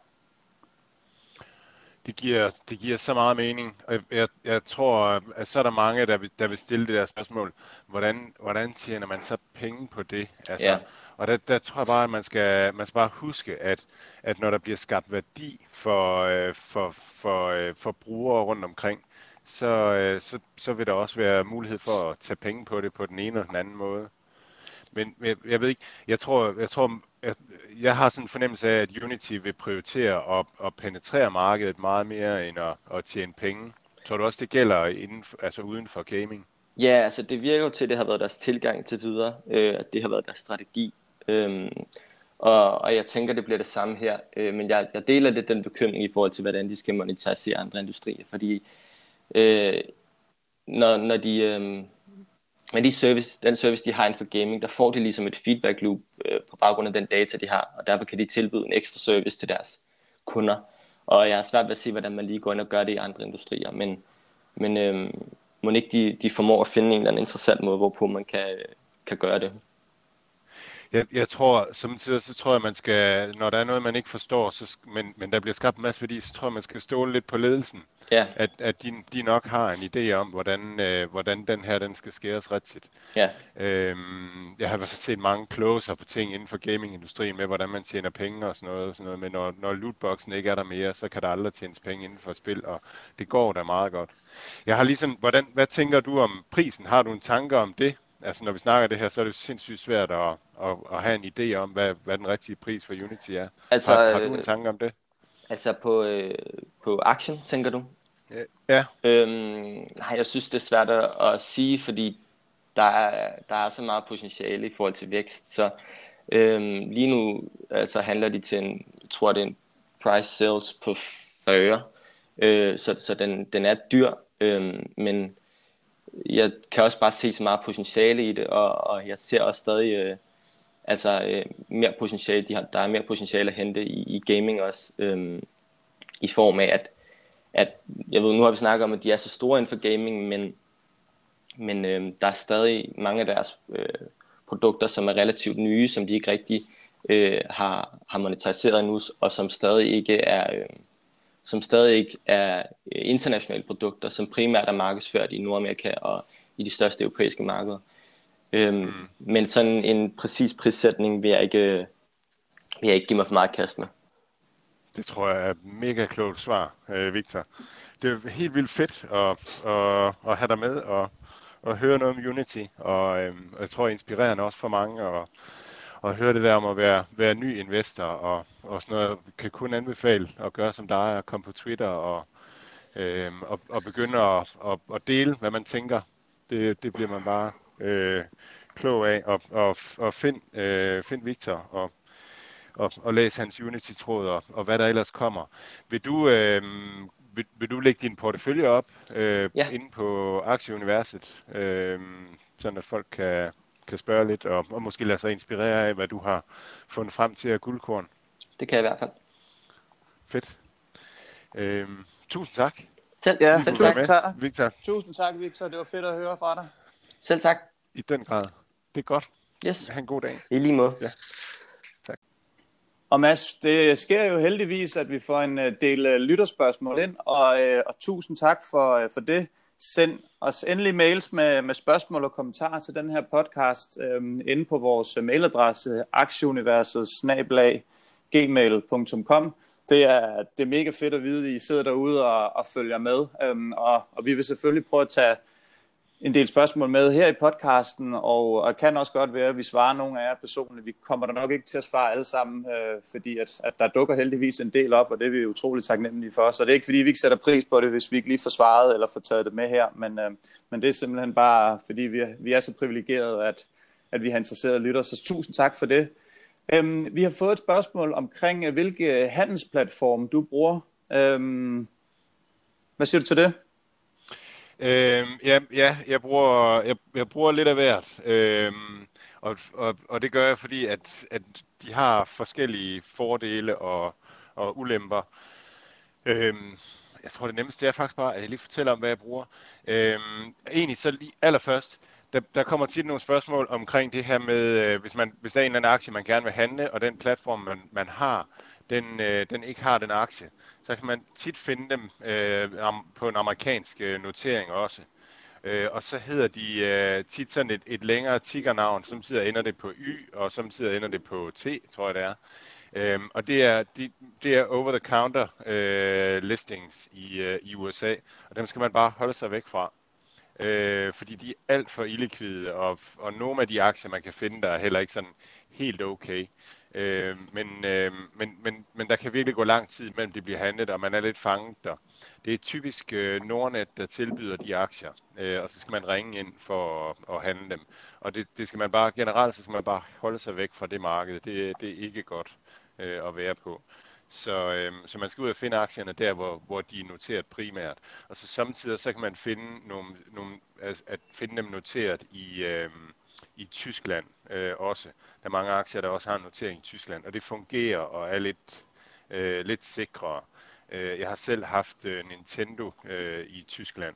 Det giver så meget mening, og jeg tror, at så er der mange, der vil stille det der spørgsmål, hvordan tjener man så penge på det? Altså, ja. Og der tror jeg bare, at man skal bare huske, at når der bliver skabt værdi for brugere rundt omkring, så vil der også være mulighed for at tage penge på det på den ene eller den anden måde. Men jeg ved ikke, jeg har sådan en fornemmelse af, at Unity vil prioritere at penetrere markedet meget mere end at tjene penge. Tror du også, det gælder uden for gaming? Ja, altså det virker jo til, at det har været deres tilgang til videre, at det har været deres strategi. Og jeg tænker, det bliver det samme her. Men jeg deler lidt den bekymring i forhold til, hvordan de skal monetarisere andre industrier. Fordi når de... Men den service, de har inden for gaming, der får de ligesom et feedback loop på baggrund af den data, de har. Og derfor kan de tilbyde en ekstra service til deres kunder. Og jeg har svært ved at se, hvordan man lige går ind og gør det i andre industrier. Men må ikke de formår at finde en eller anden interessant måde, hvorpå man kan gøre det. Jeg tror, så tror jeg, man skal, når der er noget, man ikke forstår, men der bliver skabt en masse værdi, så tror jeg, man skal stole lidt på ledelsen. Ja. At de nok har en idé om, hvordan den skal skæres rigtigt. Ja. Jeg har i hvert fald set mange closer på ting inden for gamingindustrien med, hvordan man tjener penge og sådan noget. Men når lootboxen ikke er der mere, så kan der aldrig tjenes penge inden for spil, og det går da meget godt. Jeg har ligesom, hvad tænker du om prisen? Har du en tanke om det? Altså når vi snakker det her, så er det jo sindssygt svært at have en idé om, hvad den rigtige pris for Unity er. Altså, har du en tanke om det? Altså på aktien, tænker du? Ja. Nej, jeg synes, det er svært at sige, fordi der er så meget potentiale i forhold til vækst. Så lige nu handler de til jeg tror det er en price sales på 40. Så den er dyr, men jeg kan også bare se så meget potentiale i det, og jeg ser også stadig mere potentiale. Der er mere potentiale at hente i gaming også, i form af at jeg ved, nu har vi snakket om, at de er så store inden for gaming, men der er stadig mange af deres produkter, som er relativt nye, som de ikke rigtig har monetariseret endnu, og som stadig ikke er internationale produkter, som primært er markedsført i Nordamerika og i de største europæiske markeder. Men sådan en præcis prissætning vil jeg ikke give mig for meget kast med. Det tror jeg er et mega klogt svar, Victor. Det er helt vildt fedt at have dig med og høre noget om Unity, og jeg tror inspirerende også for mange at høre det der om at være ny investor og sådan noget. Jeg kan kun anbefale at gøre som dig og komme på Twitter og begynde at dele, hvad man tænker. Det bliver man bare klog af. Og find Victor og læs hans Unity-tråd og hvad der ellers kommer. Vil du lægge din portefølje op inde på Aktieuniverset, sådan at folk kan spørge lidt og måske lade sig inspirere af, hvad du har fundet frem til af guldkorn? Det kan jeg i hvert fald. Fedt. Tusind tak. Selv tak, Victor. Tusind tak, Victor. Det var fedt at høre fra dig. Selv tak. I den grad. Det er godt. Yes. Ha' en god dag. I lige måde. Ja. Og Mads, det sker jo heldigvis, at vi får en del lytterspørgsmål ind, og tusind tak for det. Send os endelig mails med spørgsmål og kommentarer til den her podcast inde på vores mailadresse aktieuniverset@gmail.com. Det er mega fedt at vide, at I sidder derude og følger med, og vi vil selvfølgelig prøve at tage en del spørgsmål med her i podcasten, og kan også godt være, at vi svarer nogle af jer personligt. Vi kommer der nok ikke til at svare alle sammen, fordi at der dukker heldigvis en del op, og det er vi utroligt taknemmelige for. Så det er ikke fordi, vi ikke sætter pris på det, hvis vi ikke lige får svaret eller får taget det med her, men det er simpelthen bare, fordi vi er så privilegerede, at vi har interesseret lytter. Så tusind tak for det. Vi har fået et spørgsmål omkring, hvilke handelsplatform du bruger. Hvad siger du til det? Jeg bruger lidt af hvert, og det gør jeg, fordi at de har forskellige fordele og ulemper. Jeg tror, det nemmeste er faktisk bare, at jeg lige fortæller om, hvad jeg bruger. Egentlig så lige allerførst, der kommer tit nogle spørgsmål omkring det her med, hvis der er en eller anden aktie, man gerne vil handle, og den platform, man har, den ikke har den aktie, så kan man tit finde dem på en amerikansk notering også. Og så hedder de tit sådan et længere tickernavn, samtidig ender det på Y, og samtidig ender det på T, tror jeg det er. Og det er over-the-counter listings i USA, og dem skal man bare holde sig væk fra. Fordi de er alt for illikvide, og nogle af de aktier, man kan finde, der er heller ikke sådan helt okay. Men der kan virkelig gå lang tid, mellem de bliver handlet, og man er lidt fanget der. Det er typisk Nordnet, der tilbyder de aktier, og så skal man ringe ind for at handle dem. Og det skal man bare, generelt så skal man bare holde sig væk fra det marked. Det er ikke godt at være på. Så man skal ud og finde aktierne der, hvor de er noteret primært. Og så samtidig så kan man finde finde dem noteret i Tyskland også. Der er mange aktier, der også har en notering i Tyskland, og det fungerer og er lidt sikrere. Jeg har selv haft Nintendo i Tyskland,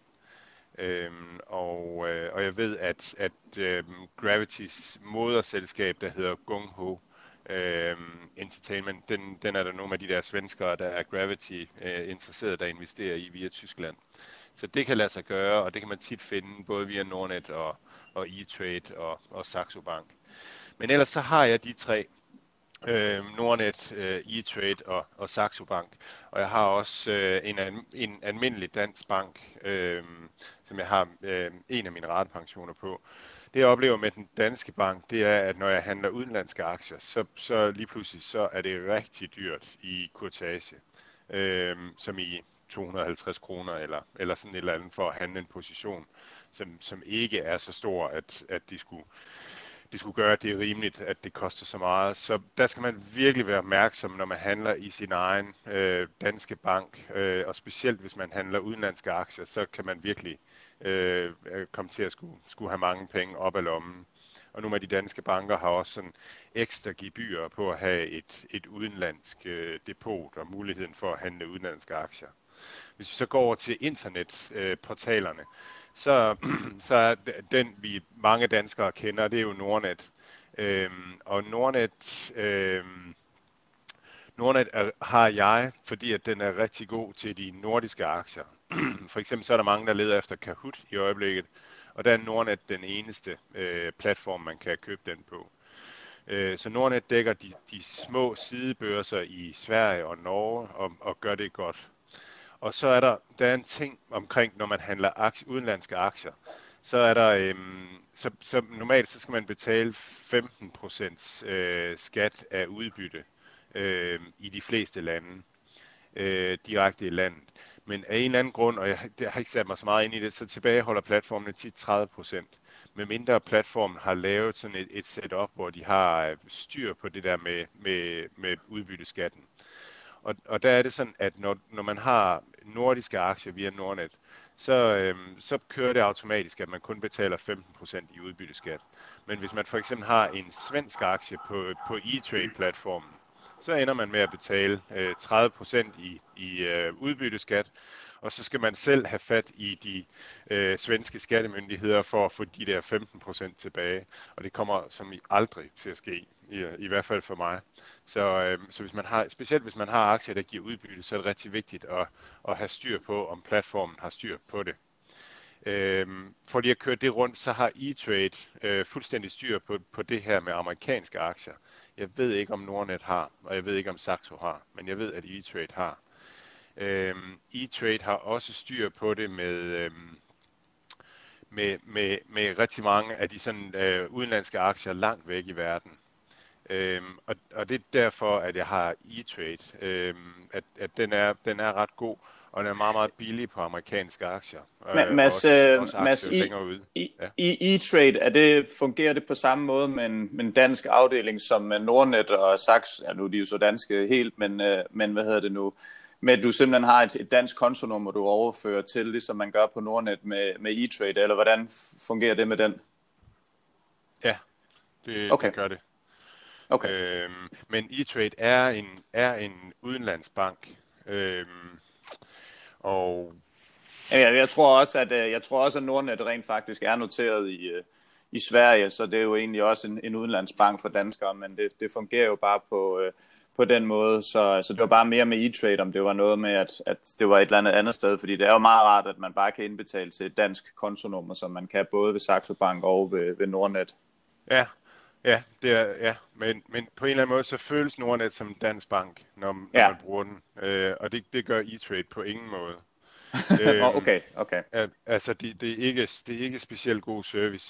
og jeg ved, at Gravitys moderselskab, der hedder Gung Ho Entertainment, den er der nogle af de der svenskere, der er Gravity interesseret, der investerer i via Tyskland. Så det kan lade sig gøre, og det kan man tit finde både via Nordnet og E-Trade og Saxo Bank. Men ellers så har jeg de tre, Nordnet, E-Trade og Saxo Bank. Og jeg har også en almindelig dansk bank, som jeg har en af mine ratepensioner på. Det jeg oplever med den danske bank, det er, at når jeg handler udenlandske aktier, så lige pludselig så er det rigtig dyrt i courtage, som i 250 kroner eller sådan et eller andet for at handle en position, som ikke er så stor, at de skulle gøre, at det er rimeligt, at det koster så meget. Så der skal man virkelig være opmærksom, når man handler i sin egen danske bank, og specielt hvis man handler udenlandske aktier, så kan man virkelig komme til at skulle have mange penge op ad lommen. Og nogle af de danske banker har også sådan ekstra gebyrer på at have et udenlandsk depot og muligheden for at handle udenlandske aktier. Hvis vi så går over til internetportalerne, så er den, vi mange danskere kender, det er jo Nordnet. Og Nordnet har jeg, fordi at den er rigtig god til de nordiske aktier. For eksempel så er der mange, der leder efter Kahoot i øjeblikket, og der er Nordnet den eneste platform, man kan købe den på. Så Nordnet dækker de små sidebørser i Sverige og Norge og gør det godt. Og så er der er en ting omkring, når man handler udenlandske aktier, så er der så normalt så skal man betale 15% skat af udbytte i de fleste lande direkte i landet. Men af en eller anden grund, og jeg har ikke sat mig så meget ind i det, så tilbageholder platformene tit 30%. Medmindre platformen har lavet sådan et setup, hvor de har styr på det der med udbytteskatten. Og der er det sådan, at når man har nordiske aktier via Nordnet, så kører det automatisk, at man kun betaler 15% i udbytteskat. Men hvis man for eksempel har en svensk aktie på E-Trade-platformen, så ender man med at betale 30% i udbytteskat, og så skal man selv have fat i de svenske skattemyndigheder for at få de der 15% tilbage, og det kommer som i aldrig til at ske, i hvert fald for mig. Så specielt hvis man har aktier, der giver udbytte, så er det rigtig vigtigt at have styr på, om platformen har styr på det. For lige at køre det rundt, så har E-Trade fuldstændig styr på det her med amerikanske aktier. Jeg ved ikke, om Nordnet har, og jeg ved ikke, om Saxo har, men jeg ved, at E-Trade har. E-Trade har også styr på det med rigtig mange af de sådan, udenlandske aktier langt væk i verden. Og det er derfor, at jeg har E-Trade, at den er ret god, og den er meget, meget billig på amerikanske aktier. Mads, længere ude. E-Trade, fungerer det på samme måde med en dansk afdeling som Nordnet og Saxo? Ja, nu er de jo så danske helt, men hvad hedder det nu? Med at du simpelthen har et dansk kontonummer, du overfører til, ligesom man gør på Nordnet med E-Trade, eller hvordan fungerer det med den? Ja, det gør det. Okay. Men E-Trade er en udenlandsbank, og jeg tror også, at Nordnet rent faktisk er noteret i Sverige, så det er jo egentlig også en udenlandsbank for danskere, men det fungerer jo bare på den måde, så det var bare mere med E-Trade, om det var noget med, at det var et eller andet sted, fordi det er jo meget rart, at man bare kan indbetale til et dansk kontonummer, som man kan både ved Saxo Bank og ved Nordnet. Ja, det er, ja. Men på en eller anden måde, så føles Nordnet som en dansk bank, når man bruger den. Og det gør E-Trade på ingen måde. Okay. Altså, det er ikke specielt god service.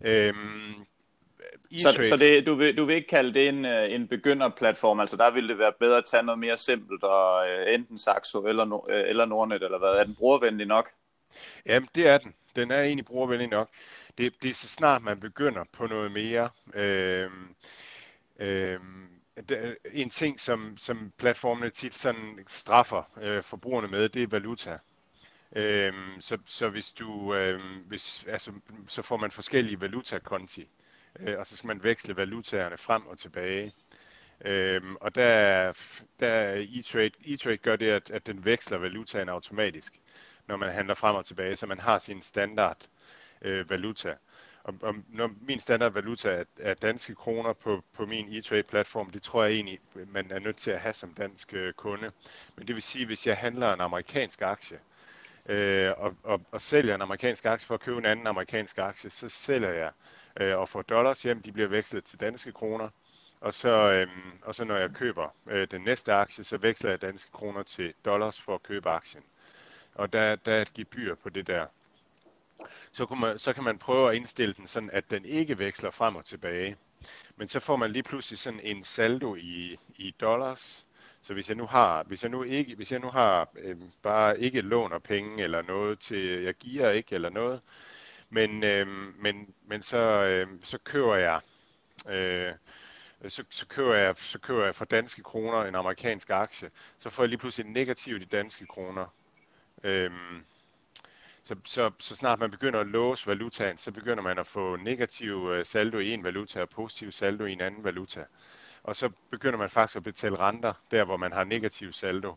Så du vil ikke kalde det en begynderplatform? Altså, der ville det være bedre at tage noget mere simpelt, og enten Saxo eller Nordnet, eller hvad? Er den brugervenlig nok? Jamen, det er den. Den er egentlig brugervenlig nok. Det er så snart man begynder på noget mere. En ting, som platformene tit sådan straffer forbrugerne med, det er valuta. Så hvis du så får man forskellige valutakonti, og så skal man veksle valutaerne frem og tilbage. Og der E-Trade gør det, at den veksler valutaen automatisk, når man handler frem og tilbage, så man har sin standard valuta. Og når min standard valuta er danske kroner på min E-Trade-platform, det tror jeg egentlig, man er nødt til at have som dansk kunde. Men det vil sige, hvis jeg handler en amerikansk aktie, og sælger en amerikansk aktie for at købe en anden amerikansk aktie, så sælger jeg og får dollars hjem, de bliver vekslet til danske kroner. Og så når jeg køber den næste aktie, så veksler jeg danske kroner til dollars for at købe aktien. Og der er et gebyr på det der. Så kan man prøve at indstille den sådan, at den ikke veksler frem og tilbage. Men så får man lige pludselig sådan en saldo i dollars. Så hvis jeg nu har bare ikke låner penge eller noget til, jeg giver ikke eller noget, men så køber jeg så køber jeg for danske kroner en amerikansk aktie, så får jeg lige pludselig negativt i danske kroner. Så snart man begynder at låse valutaen, så begynder man at få negativ saldo i en valuta og positiv saldo i en anden valuta. Og så begynder man faktisk at betale renter, der hvor man har negativ saldo.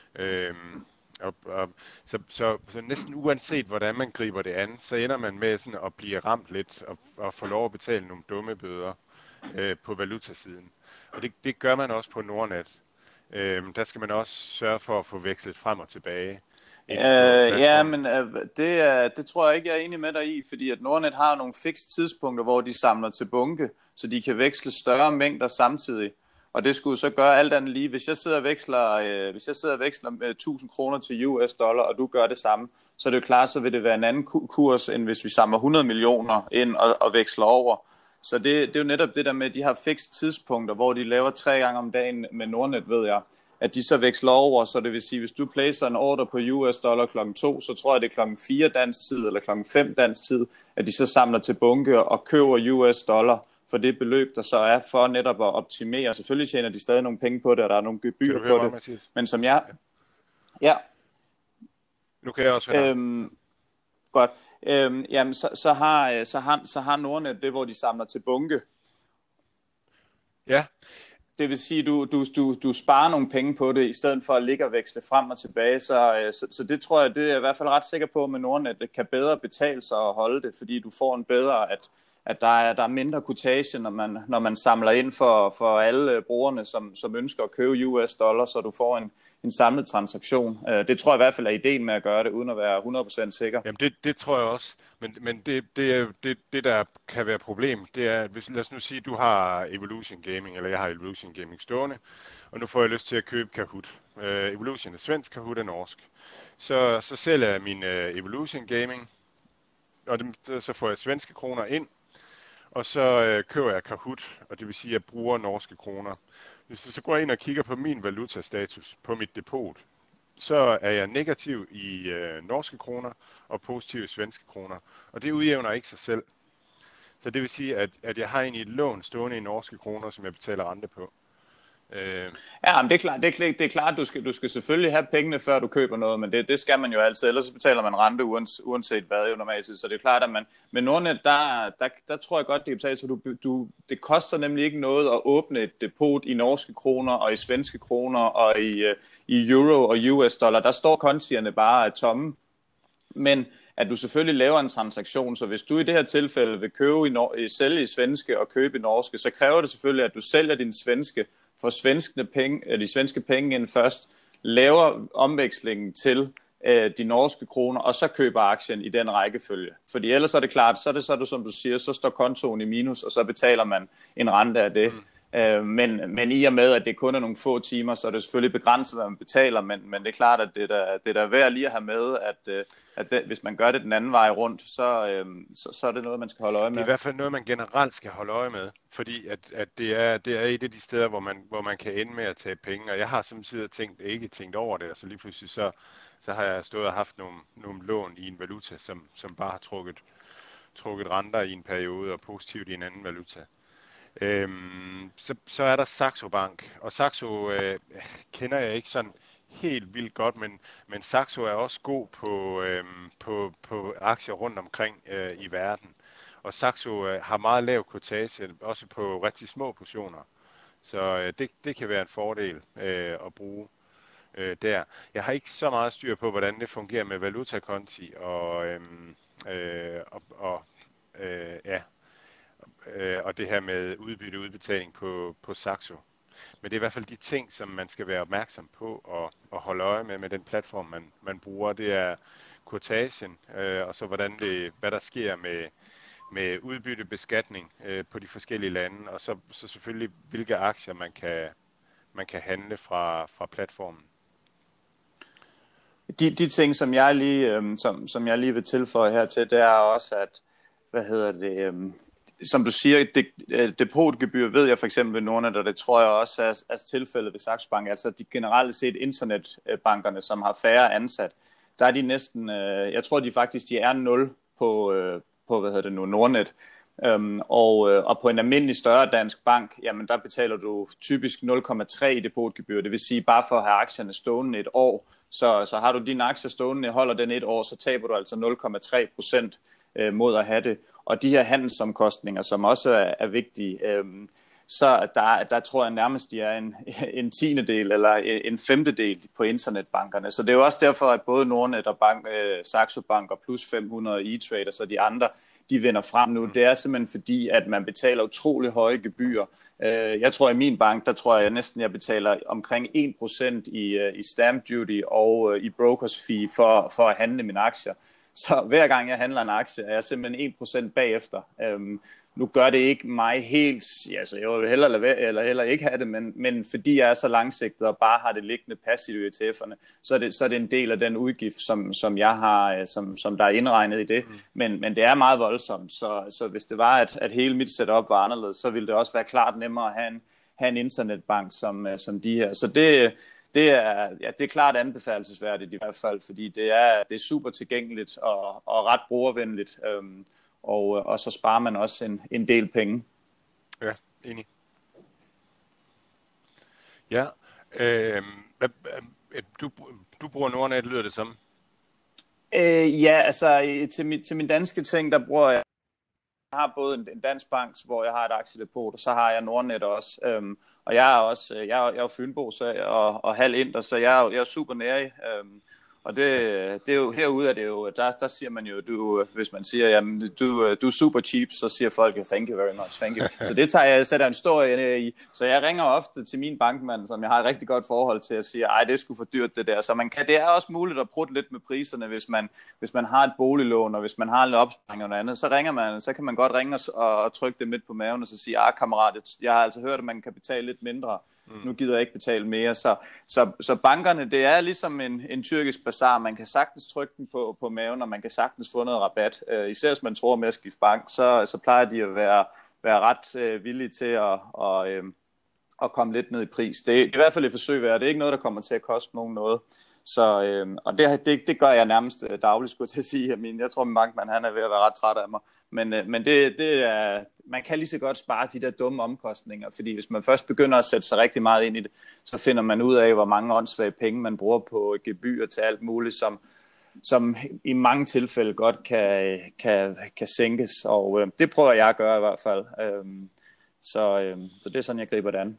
Så næsten uanset hvordan man griber det an, så ender man med sådan at blive ramt lidt og få lov at betale nogle dumme bøder på valutasiden. Og det gør man også på Nordnet. Der skal man også sørge for at få vekslet frem og tilbage. Men det tror jeg ikke, jeg er enig med dig i, fordi at Nordnet har nogle fikse tidspunkter, hvor de samler til bunke, så de kan veksle større mængder samtidig. Og det skulle så gøre alt andet lige. Hvis jeg sidder og veksler 1000 kroner til US dollar, og du gør det samme, så er det jo klart, så vil det være en anden kurs, end hvis vi samler 100 millioner ind og veksler over. Så det er jo netop det der med, at de har fikse tidspunkter, hvor de laver 3 gange om dagen med Nordnet, ved jeg, at de så veksler over, så det vil sige, hvis du placer en ordre på US dollar klokken 2, så tror jeg, det er klokken 4 dansk tid, eller klokken 5 dansk tid, at de så samler til bunke og køber US dollar for det beløb, der så er for netop at optimere. Selvfølgelig tjener de stadig nogle penge på det, og der er nogle gebyr på det. Mathias? Men som jeg... Ja. Nu kan jeg også høre. Godt. Jamen, så har Nordnet det, hvor de samler til bunke. Ja. det vil sige, du sparer nogle penge på det, i stedet for at ligge og veksle frem og tilbage. Så det tror jeg, det er jeg i hvert fald ret sikker på med Nordnet, det kan bedre betale sig at holde det, fordi du får en bedre, at der er mindre kortage, når man samler ind for alle brugerne, som ønsker at købe US dollar, så du får en samlet transaktion. Det tror jeg i hvert fald er ideen med at gøre det, uden at være 100% sikker. Jamen det tror jeg også, men det der kan være problem, det er, lad os nu sige, at du har Evolution Gaming, eller jeg har Evolution Gaming stående, og nu får jeg lyst til at købe Kahoot. Evolution er svensk, Kahoot er norsk. Så sælger jeg min Evolution Gaming, og så får jeg svenske kroner ind, og så køber jeg Kahoot, og det vil sige, at jeg bruger norske kroner. Hvis jeg så går ind og kigger på min valutastatus på mit depot, så er jeg negativ i norske kroner og positiv i svenske kroner. Og det udjævner ikke sig selv. Så det vil sige, at jeg har egentlig et lån stående i norske kroner, som jeg betaler rente på. Ja, men det er klart, du skal selvfølgelig have pengene, før du køber noget, men det skal man jo altid, ellers så betaler man rente uanset hvad jo normalt. Så det er klart, at med Nordnet, der tror jeg godt, det kan betale sig. Det koster nemlig ikke noget at åbne et depot i norske kroner og i svenske kroner og i euro og US dollar. Der står kontierne bare tomme, men at du selvfølgelig laver en transaktion, så hvis du i det her tilfælde vil sælge i svenske og købe i norske, så kræver det selvfølgelig, at du sælger din svenske, får de svenske penge ind først, laver omvekslingen til de norske kroner, og så køber aktien i den rækkefølge. Fordi ellers er det klart, så er det som du siger, så står kontoen i minus, og så betaler man en rente af det. Men i og med, at det kun er nogle få timer, så er det selvfølgelig begrænset, hvad man betaler, men det er klart, at det er der værd lige at have med, at hvis man gør det den anden vej rundt, så er det noget, man skal holde øje med. Det er i hvert fald noget, man generelt skal holde øje med, fordi at det er et af de steder, hvor man kan ende med at tage penge, og jeg har samtidig ikke tænkt over det, og så lige pludselig så har jeg stået og haft nogle lån i en valuta, som bare har trukket renter i en periode og positivt i en anden valuta. Så er der Saxo Bank, og Saxo kender jeg ikke sådan helt vildt godt, men Saxo er også god på aktier rundt omkring i verden. Og Saxo har meget lav kortage, også på rigtig små portioner. Så det kan være en fordel at bruge der. Jeg har ikke så meget styr på, hvordan det fungerer med valutakonti og det her med udbetaling på Saxo. Men det er i hvert fald de ting, som man skal være opmærksom på og holde øje med den platform, man bruger. Det er kortagen, og så hvad der sker med udbyttebeskatning på de forskellige lande, og så selvfølgelig hvilke aktier man kan handle fra platformen. De ting, som jeg lige vil tilføje hertil, det er også, at som du siger, depotgebyr ved jeg for eksempel ved Nordnet, og det tror jeg også er tilfældet ved Saxo Bank, altså de generelt set internetbankerne, som har færre ansat, der er de næsten, jeg tror de faktisk er 0 på Nordnet. Og på en almindelig større dansk bank, jamen der betaler du typisk 0,3 i depotgebyr, det vil sige bare for at have aktierne stående et år, så har du dine aktier stående, holder den et år, så taber du altså 0,3% mod at have det. Og de her handelsomkostninger, som også er vigtige, så der tror jeg nærmest, de er en tiendedel eller en femtedel på internetbankerne. Så det er jo også derfor, at både Nordnet og Saxo Bank og plus 500 E-Traders og de andre, de vender frem nu. Det er simpelthen fordi, at man betaler utrolig høje gebyrer. Jeg tror i min bank, der tror jeg næsten, jeg betaler omkring 1% i stamp duty og i brokers fee for at handle mine aktier. Så hver gang jeg handler en aktie, er jeg simpelthen 1% bagefter. Nu gør det ikke mig helt, altså jeg vil heller ikke have det, men fordi jeg er så langsigtet og bare har det liggende passivt i ETF'erne, så er det en del af den udgift, som jeg har, som der er indregnet i det. Men det er meget voldsomt, så hvis det var, at hele mit setup var anderledes, så ville det også være klart nemmere at have en internetbank som de her. Så det er klart anbefalelsesværdigt i hvert fald, fordi det er super tilgængeligt og ret brugervenligt, og så sparer man også en del penge. Ja, enig. Ja, du bruger Nordnet, lyder det som? Ja, altså til min danske ting, der bruger jeg har både en dansk bank, hvor jeg har et aktiedepot, og så har jeg Nordnet også. Og jeg er også, jeg er jo Fynbo og halv inder, så jeg er super nærig. Og det er jo herude, at det jo, der siger man jo, hvis man siger, jamen du er super cheap, så siger folk, thank you very much, thank you. Så det sætter en stor i. Så jeg ringer ofte til min bankmand, som jeg har et rigtig godt forhold til, at sige, ej, det er sgu for dyrt det der. Så det er også muligt at prutte lidt med priserne, hvis man har et boliglån, og hvis man har en opsparing og noget andet, så kan man godt ringe og trykke det midt på maven, og så sige, kammerat, jeg har altså hørt, at man kan betale lidt mindre. Nu gider jeg ikke betale mere. Så bankerne, det er ligesom en tyrkisk bazar. Man kan sagtens trykke den på maven, og man kan sagtens få noget rabat. Især hvis man tror med at skifte bank, så plejer de at være ret villige til at komme lidt ned i pris. Det er i hvert fald et forsøg værd. Det er ikke noget, der kommer til at koste nogen noget. Så, og det gør jeg nærmest dagligt, skulle jeg til at sige. Jeg tror, min bankmand han er ved at være ret træt af mig. Men det er, man kan lige så godt spare de der dumme omkostninger, fordi hvis man først begynder at sætte sig rigtig meget ind i det, så finder man ud af, hvor mange åndssvage penge man bruger på gebyr til alt muligt, som i mange tilfælde godt kan sænkes. Og det prøver jeg at gøre i hvert fald. Så det er sådan, jeg griber det an.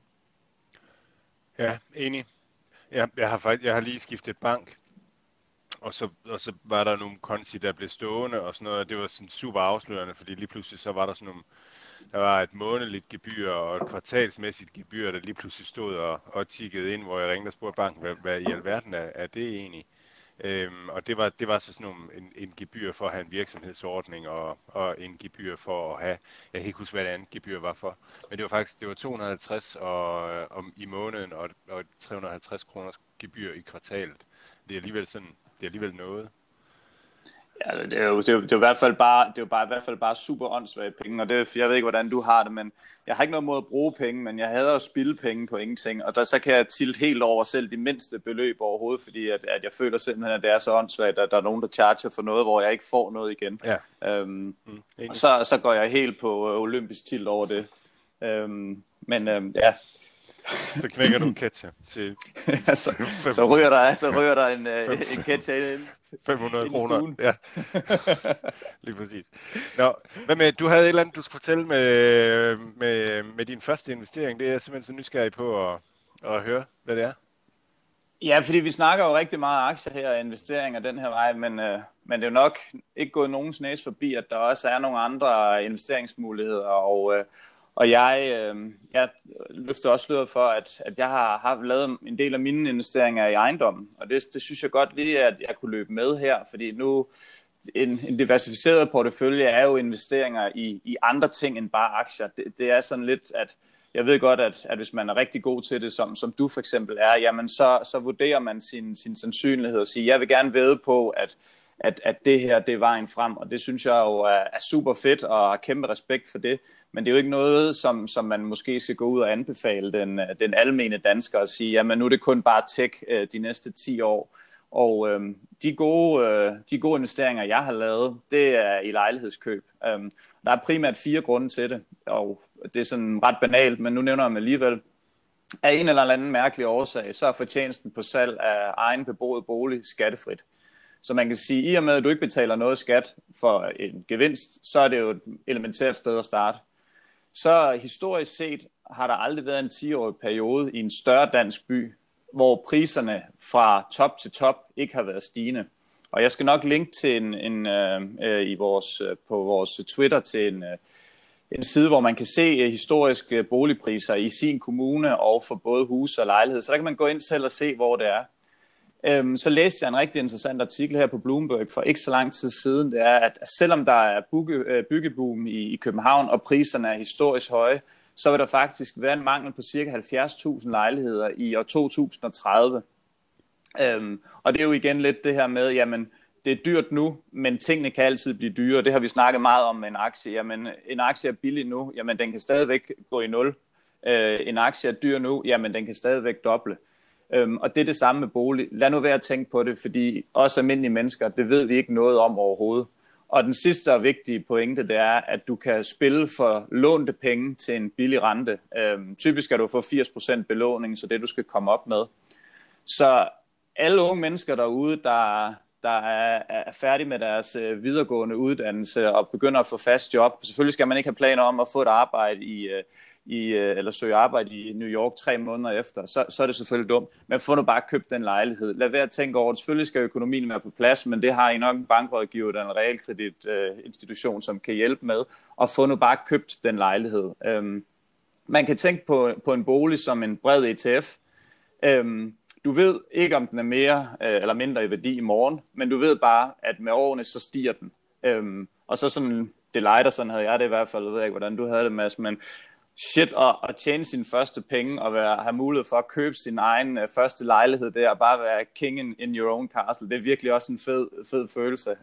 Ja, enig. Jeg har lige skiftet bank, og så var der nogle konti, der blev stående og sådan noget, og det var sådan super afslørende, fordi lige pludselig så var der var et månedligt gebyr og et kvartalsmæssigt gebyr, der lige pludselig stod og tikkede ind, hvor jeg ringede og spurgte banken, hvad i alverden er det egentlig? Og det var så sådan en gebyr for at have en virksomhedsordning og en gebyr for at have, jeg kan ikke huske, hvad det andet gebyr var for, men det var 250 i måneden og 350 kroners gebyr i kvartalet. Det er alligevel noget. Ja, det er jo i hvert fald bare super åndssvage penge, og jeg ved ikke, hvordan du har det, men jeg har ikke noget mod at bruge penge, men jeg hader at spilde penge på ingenting, og så kan jeg tilte helt over selv de mindste beløb overhovedet, fordi at jeg føler simpelthen, at det er så åndssvagt, at der er nogen, der charger for noget, hvor jeg ikke får noget igen. Ja. Og så går jeg helt på olympisk tilt over det. Ja. Så knækker du en ketchup til så ryger der en ketchup ind. 500 kroner. Ja. Lige præcis. Nå, hvad med, du havde et eller andet, du skulle fortælle med din første investering. Det er jeg simpelthen så nysgerrig på at høre, hvad det er. Ja, fordi vi snakker jo rigtig meget aktier her og investeringer den her vej, men det er jo nok ikke gået nogens næse forbi, at der også er nogle andre investeringsmuligheder, og jeg løfter også sløret for, at jeg har lavet en del af mine investeringer i ejendommen, og det synes jeg godt lige, at jeg kunne løbe med her, fordi nu en diversificeret portefølje er jo investeringer i andre ting end bare aktier. Det er sådan lidt, at jeg ved godt, at hvis man er rigtig god til det, som du for eksempel er, jamen så vurderer man sin sandsynlighed og siger, jeg vil gerne vædde på, at det her, det er vejen frem, og det synes jeg jo er super fedt, og har kæmpe respekt for det. Men det er jo ikke noget, som man måske skal gå ud og anbefale den almene dansker og sige, jamen nu er det kun bare tech de næste 10 år. Og de gode investeringer, jeg har lavet, det er i lejlighedskøb. Der er primært 4 grunde til det, og det er sådan ret banalt, men nu nævner jeg dem alligevel. Af en eller anden mærkelig årsag, så er fortjenesten på salg af egen beboet bolig skattefrit. Så man kan sige, at i og med, at du ikke betaler noget skat for en gevinst, så er det jo et elementært sted at starte. Så historisk set har der aldrig været en 10-årig periode i en større dansk by, hvor priserne fra top til top ikke har været stigende. Og jeg skal nok linke til på vores Twitter til en side, hvor man kan se historiske boligpriser i sin kommune og for både hus og lejlighed. Så der kan man gå ind selv og se, hvor det er. Så læste jeg en rigtig interessant artikel her på Bloomberg for ikke så lang tid siden. Det er, at selvom der er byggeboom i København, og priserne er historisk høje, så vil der faktisk være en mangel på ca. 70.000 lejligheder i år 2030. Og det er jo igen lidt det her med, jamen det er dyrt nu, men tingene kan altid blive dyre. Det har vi snakket meget om med en aktie. Jamen en aktie er billig nu, jamen den kan stadigvæk gå i nul. En aktie er dyr nu, jamen den kan stadigvæk doble. Og det er det samme med bolig. Lad nu være at tænke på det, fordi også almindelige mennesker, det ved vi ikke noget om overhovedet. Og den sidste og vigtige pointe, det er, at du kan spille for lånte penge til en billig rente. Typisk skal du få 80% belåning, så det du skal komme op med. Så alle unge mennesker derude, der er færdige med deres videregående uddannelse og begynder at få fast job. Selvfølgelig skal man ikke have planer om at få et arbejde eller søge arbejde i New York 3 måneder efter, så er det selvfølgelig dumt. Men få nu bare købt den lejlighed. Lad være at tænke over det. Selvfølgelig skal økonomien være på plads, men det har I nok en bankrådgiver eller en realkreditinstitution, som kan hjælpe med. Og få nu bare købt den lejlighed. Man kan tænke på en bolig som en bred ETF. Du ved ikke, om den er mere eller mindre i værdi i morgen, men du ved bare, at med årene, så stiger den. Og så sådan, det lighter, sådan havde jeg det i hvert fald, jeg ved ikke, hvordan du havde det, Mads, men shit, at tjene sine første penge, og have mulighed for at købe sin egen første lejlighed der, og bare være king in your own castle, det er virkelig også en fed følelse.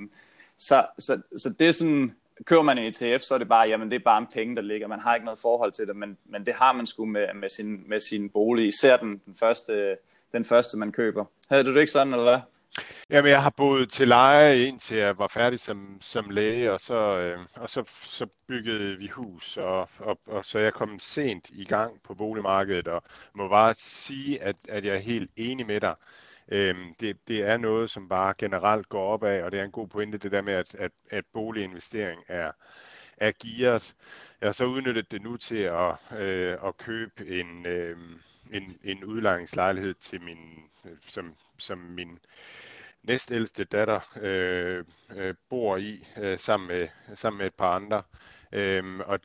Så det er sådan, køber man en ETF, så er det bare, jamen det er bare en penge, der ligger. Man har ikke noget forhold til det, men det har man sgu med sin bolig. Især den første, man køber. Havde du det ikke sådan, eller hvad? Jamen, jeg har boet til leje, indtil jeg var færdig som læge, og så byggede vi hus, og så er jeg kommet sent i gang på boligmarkedet, og må bare sige, at jeg er helt enig med dig. Det er noget, som bare generelt går opad, og det er en god pointe, det der med, at boliginvestering er gearet. Jeg har så udnyttet det nu til at købe en udlejningslejlighed til som min næstældste datter bor i sammen med et par andre. Og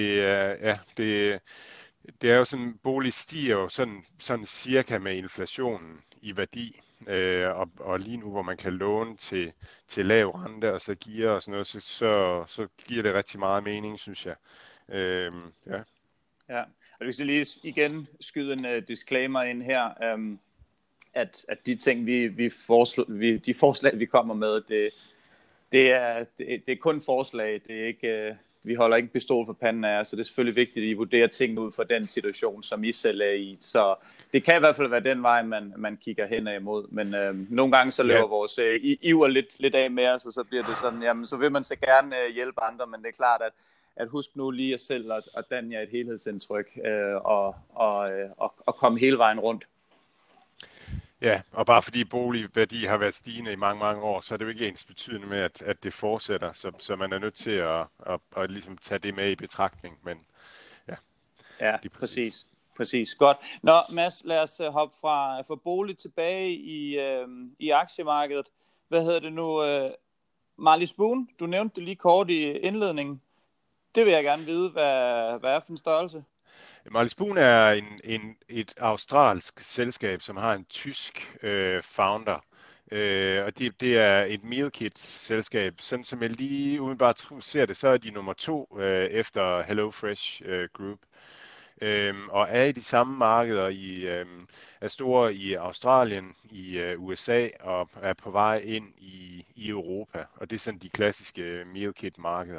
det er jo sådan, bolig stiger jo sådan cirka med inflationen i værdi. Og lige nu, hvor man kan låne til lav rente og så gear og sådan noget, så giver det rigtig meget mening, synes jeg. Ja. Ja, og hvis jeg lige igen skyder en disclaimer ind her, at de ting, de forslag, vi kommer med, det er kun forslag. Det er ikke, vi holder ikke pistol for panden af jer, så det er selvfølgelig vigtigt, at I vurderer tingene ud fra den situation, som I selv er i. Så det kan i hvert fald være den vej, man kigger hen imod. Men nogle gange så løber vores iver lidt af med os, og så bliver det sådan, jamen så vil man så gerne hjælpe andre, men det er klart, at husk nu lige jer selv og danne jer et helhedsindtryk og komme hele vejen rundt. Ja, og bare fordi boligværdi har været stigende i mange, mange år, så er det jo ikke ens betydende med, at det fortsætter, så man er nødt til at ligesom tage det med i betragtning, men ja, præcis. Godt. Nå, Mads, lad os hoppe fra bolig tilbage i aktiemarkedet. Hvad hedder det nu? Marley Spoon, du nævnte det lige kort i indledningen. Det vil jeg gerne vide, hvad er for en størrelse? Marley Spoon er et australsk selskab, som har en tysk founder. Og det er et meal kit selskab. Sådan som jeg lige umiddelbart ser det, så er de nummer 2 efter HelloFresh Group. Og er i de samme markeder, er store i Australien, i USA og er på vej ind i Europa. Og det er sådan de klassiske meal kit markeder.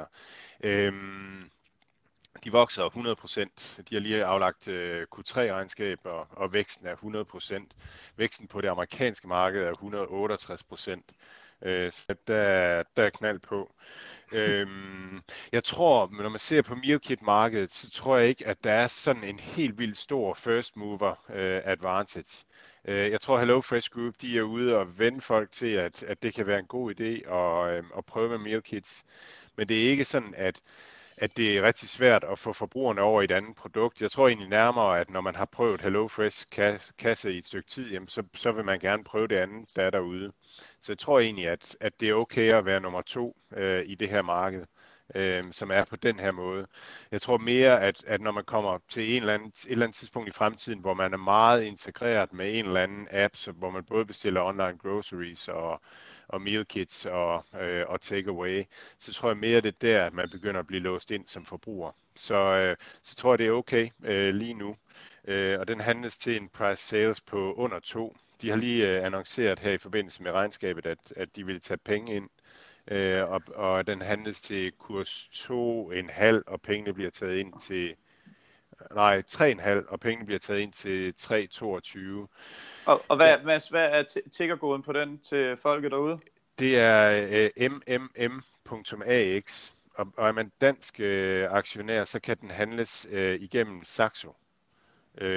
De vokser 100%. De har lige aflagt Q3-regnskab, og væksten er 100%. Væksten på det amerikanske marked er 168%. Så der er knald på. Jeg tror, når man ser på meal kit markedet, så tror jeg ikke, at der er sådan en helt vildt stor first mover advantage. Jeg tror, HelloFresh Group, de er ude og vende folk til, at det kan være en god idé at prøve med meal kits. Men det er ikke sådan, at det er rigtig svært at få forbrugerne over i et andet produkt. Jeg tror egentlig nærmere, at når man har prøvet HelloFresh kasse i et stykke tid, jamen så vil man gerne prøve det andet, der er derude. Så jeg tror egentlig, at det er okay at være nummer 2 i det her marked, som er på den her måde. Jeg tror mere, at når man kommer til et eller andet tidspunkt i fremtiden, hvor man er meget integreret med en eller anden app, hvor man både bestiller online groceries og meal kits og takeaway, så tror jeg mere, det er der, at man begynder at blive låst ind som forbruger. Så tror jeg, det er okay lige nu. Og den handles til en price sales på under 2. De har lige annonceret her i forbindelse med regnskabet, at de vil tage penge ind, og den handles til kurs 2,5, og pengene bliver taget ind til 3,5, og pengene bliver taget ind til 3,22. Og hvad er tickerkoden på den til folket derude? Det er mmm.ax, og er man dansk aktionær, så kan den handles igennem Saxo.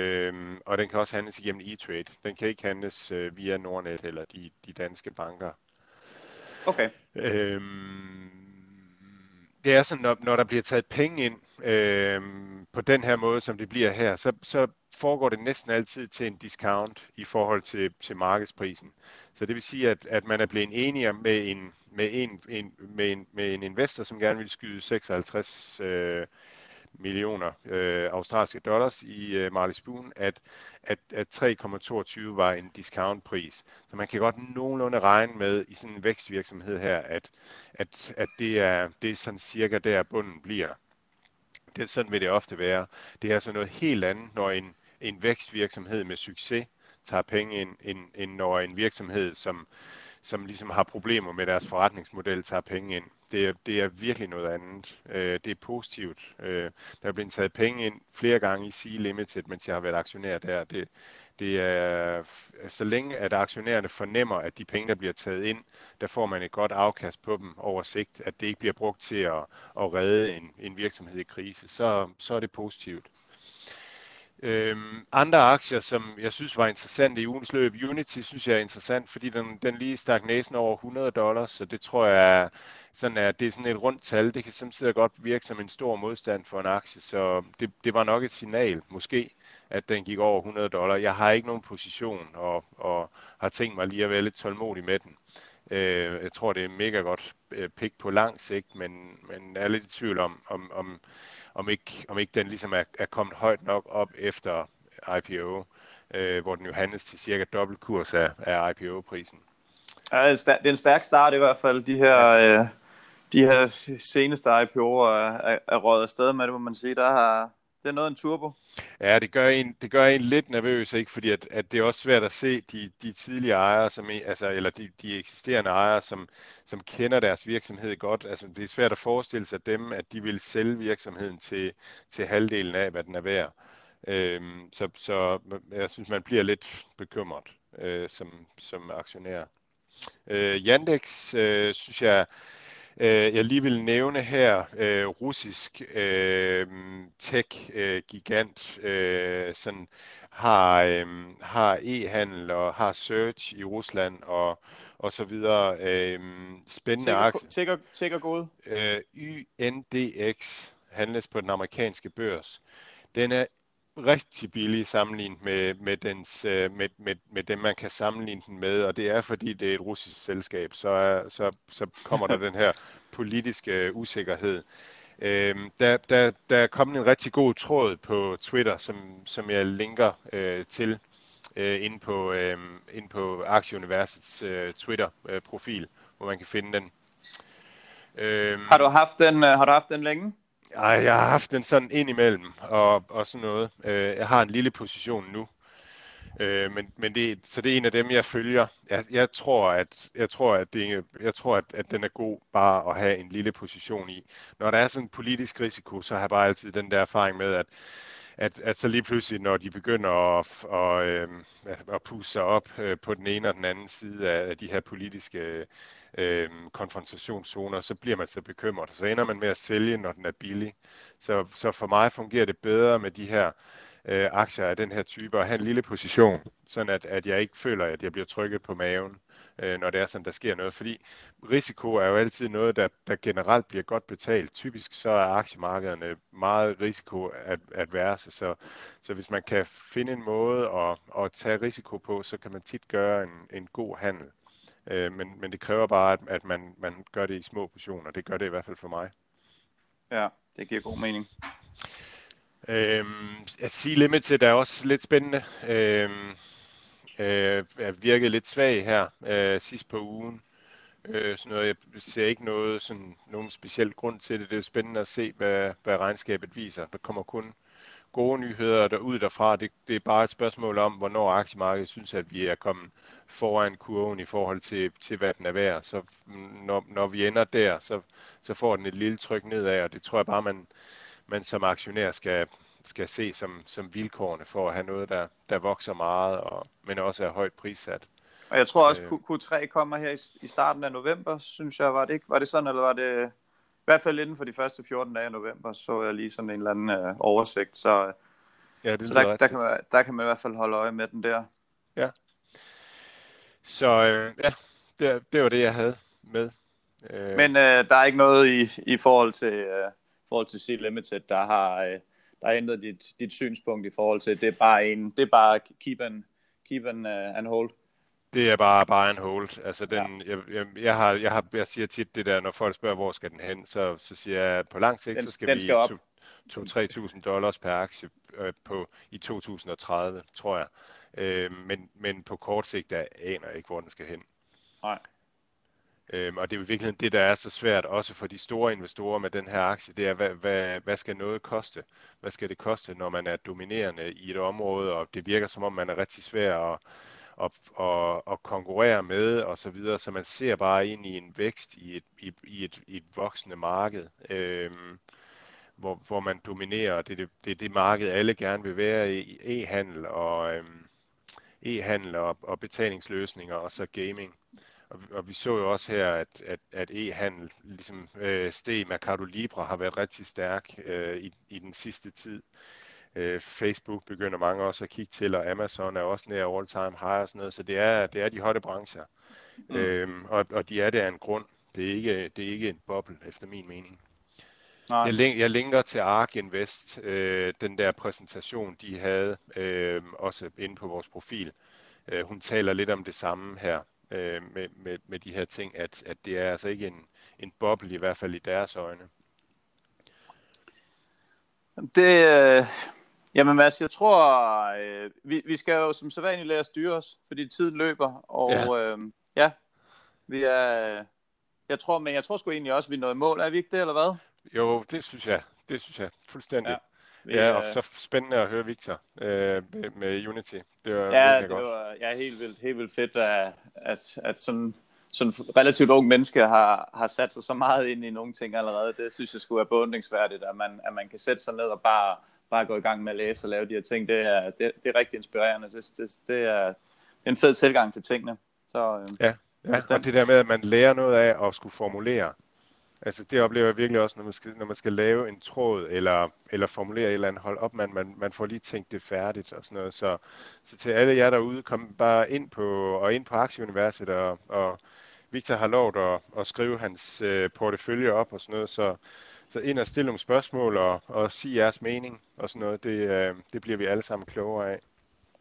Og den kan også handles igennem E-Trade. Den kan ikke handles via Nordnet eller de danske banker. Okay. Det er sådan, når der bliver taget penge ind på den her måde, som det bliver her, så foregår det næsten altid til en discount i forhold til markedsprisen. Så det vil sige, at man er blevet enige med en investor, som gerne vil skyde 56 millioner australske dollars i Marley Spoon, at 3,22 var en discountpris. Så man kan godt nogenlunde regne med i sådan en vækstvirksomhed her, at det er sådan cirka der bunden bliver. Sådan vil det ofte være. Det er altså noget helt andet, når en vækstvirksomhed med succes tager penge ind, end når en virksomhed, som ligesom har problemer med deres forretningsmodel, tager penge ind. Det er virkelig noget andet. Det er positivt. Der er blevet taget penge ind flere gange i Sea Limited, mens jeg har været aktionær der. Det er, så længe at aktionærerne fornemmer, at de penge, der bliver taget ind, der får man et godt afkast på dem over sigt, at det ikke bliver brugt til at redde en virksomhed i krise, så er det positivt. Andre aktier, som jeg synes var interessante i ugens løb, Unity synes jeg er interessant, fordi den lige stak næsen over $100, så det tror jeg det er sådan et rundt tal. Det kan samtidig godt virke som en stor modstand for en aktie, så det var nok et signal, måske, at den gik over $100. Jeg har ikke nogen position og har tænkt mig lige at være lidt tålmodig med den. Jeg tror, det er mega godt pick på lang sigt, men er lidt i tvivl om ikke den ligesom er kommet højt nok op efter IPO, hvor den jo handles til cirka dobbelt kurs af IPO-prisen. Ja, det er en stærk start i hvert fald. De her seneste IPO'er er røget afsted med det, må man sige. Det er noget af en turbo. Ja, det gør en lidt nervøs, ikke? Fordi at det er også svært at se de tidligere ejere, eller de eksisterende ejere, som kender deres virksomhed godt. Altså, det er svært at forestille sig dem, at de vil sælge virksomheden til halvdelen af, hvad den er værd. Så jeg synes, man bliver lidt bekymret som aktionær. Yandex synes jeg lige vil nævne her, russisk tech-gigant, sådan har e-handel og har search i Rusland og så videre. Spændende aktie. Tikker god. YNDX handles på den amerikanske børs. Den er rigtig billig sammenlignet med dem, man kan sammenligne den med, og det er, fordi det er et russisk selskab, så kommer der den her politiske usikkerhed. Der er kommet en rigtig god tråd på Twitter, som jeg linker til inde på Aktieuniversets Twitter-profil, hvor man kan finde den. Har du haft den længe? Ej, jeg har haft den sådan ind imellem og sådan noget. Jeg har en lille position nu, så det er en af dem, jeg følger. Jeg tror, at den er god bare at have en lille position i. Når der er sådan en politisk risiko, så har jeg bare altid den der erfaring med, at så lige pludselig, når de begynder at pusse sig op på den ene og den anden side af de her politiske konfrontationszoner, så bliver man så bekymret. Så ender man med at sælge, når den er billig. Så for mig fungerer det bedre med de her aktier af den her type, og have en lille position, sådan at jeg ikke føler, at jeg bliver trykket på maven, når det er sådan, der sker noget. Fordi risiko er jo altid noget, der generelt bliver godt betalt. Typisk så er aktiemarkederne meget risikoadverse, så hvis man kan finde en måde at tage risiko på, så kan man tit gøre en god handel. Men det kræver bare, at man gør det i små portioner. Det gør det i hvert fald for mig. Ja, det giver god mening. Sea Limited er også lidt spændende. Er virket lidt svag her sidst på ugen. Sådan noget, jeg ser ikke nogen speciel grund til det. Det er spændende at se, hvad regnskabet viser. Der kommer kun gode nyheder derud derfra. Det er bare et spørgsmål om, hvornår aktiemarkedet synes, at vi er kommet foran kurven i forhold til hvad den er værd. Så når vi ender der, så får den et lille tryk nedad, og det tror jeg bare, man som aktionær skal se som vilkårene for at have noget, der vokser meget, men også er højt prissat. Og jeg tror også, Q3 kommer her i starten af november, synes jeg. Var det sådan, eller var det i hvert fald inden for de første 14 dage af november, så jeg lige sådan en eller anden oversigt. Så, ja, det der kan man i hvert fald holde øje med den der. Ja. Så det var det, jeg havde. med. Men der er ikke noget i forhold til Sea Limited, der har ændret dit synspunkt i forhold til, det er bare keep and hold. Det er bare en hold. Altså Ja. jeg siger tit det der, når folk spørger, hvor skal den hen, så siger jeg, at på lang sigt, så skal den vi skal op. $2,000-3,000 per aktie i 2030, tror jeg. Men på kort sigt, der aner jeg ikke, hvor den skal hen. Nej. Og det er jo i virkeligheden det, der er så svært, også for de store investorer med den her aktie, det er, hvad skal noget koste? Hvad skal det koste, når man er dominerende i et område, og det virker som om, man er rigtig svær at konkurrere med, og så videre, så man ser bare ind i en vækst i et voksende marked, hvor man dominerer. Det er det marked, alle gerne vil være i, e-handel og betalingsløsninger, og så gaming. Og vi så jo også her, at e-handel, ligesom steg, Mercado Libre har været rigtig stærk i den sidste tid. Facebook begynder mange også at kigge til, og Amazon er også nær all-time high og sådan noget, så det er de hotte brancher. Og de er der af en grund. Det er ikke en boble, efter min mening. Jeg linker til ARK Invest, den der præsentation, de havde, også inde på vores profil. Hun taler lidt om det samme her, med de her ting, at det er altså ikke en boble, i hvert fald i deres øjne. Jamen Mads, jeg tror, vi skal jo som sædvanligt lære at styre os, fordi tiden løber, og jeg tror sgu egentlig også, vi er nået i mål. Er vi ikke det, eller hvad? Jo, det synes jeg fuldstændig. Ja, og så spændende at høre Victor med Unity. Det var godt. Helt vildt fedt, at sådan relativt ung menneske har sat sig så meget ind i nogle ting allerede. Det synes jeg skulle være beundringsværdigt, at man kan sætte sig ned og bare gå i gang med at læse og lave de her ting. Det er rigtig inspirerende. Det er en fed tilgang til tingene. Så, ja, og det der med, at man lærer noget af at skulle formulere. Altså det oplever jeg virkelig også, når man skal lave en tråd eller formulere et eller andet, hold op, man får lige tænkt det færdigt og sådan noget. Så til alle jer derude, kom bare ind på Aktieuniverset, og Victor har lovet at skrive hans portefølje op og sådan noget, så ind og stille nogle spørgsmål og sige jeres mening og sådan noget. Det bliver vi alle sammen klogere af.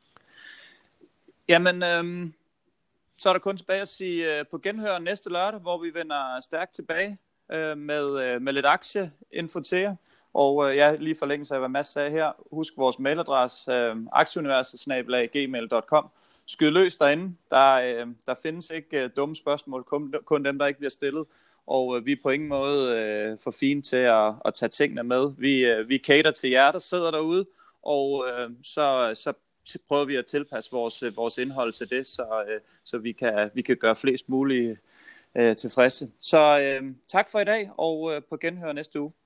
Jamen, så er der kun tilbage at sige på genhør næste lørdag, hvor vi vender stærkt tilbage med lidt aktieinfo til jer. Og lige forlængelse af, hvad Mads sagde her, husk vores mailadresse, aktieuniverset@gmail.com. Skyd løs derinde. Der findes ikke dumme spørgsmål, kun dem, der ikke bliver stillet. Og vi er på ingen måde for fine til at tage tingene med. Vi cater til jer, der sidder derude, og så prøver vi at tilpasse vores indhold til det, så vi kan gøre flest mulige tilfredse. Så tak for i dag, og på genhør næste uge.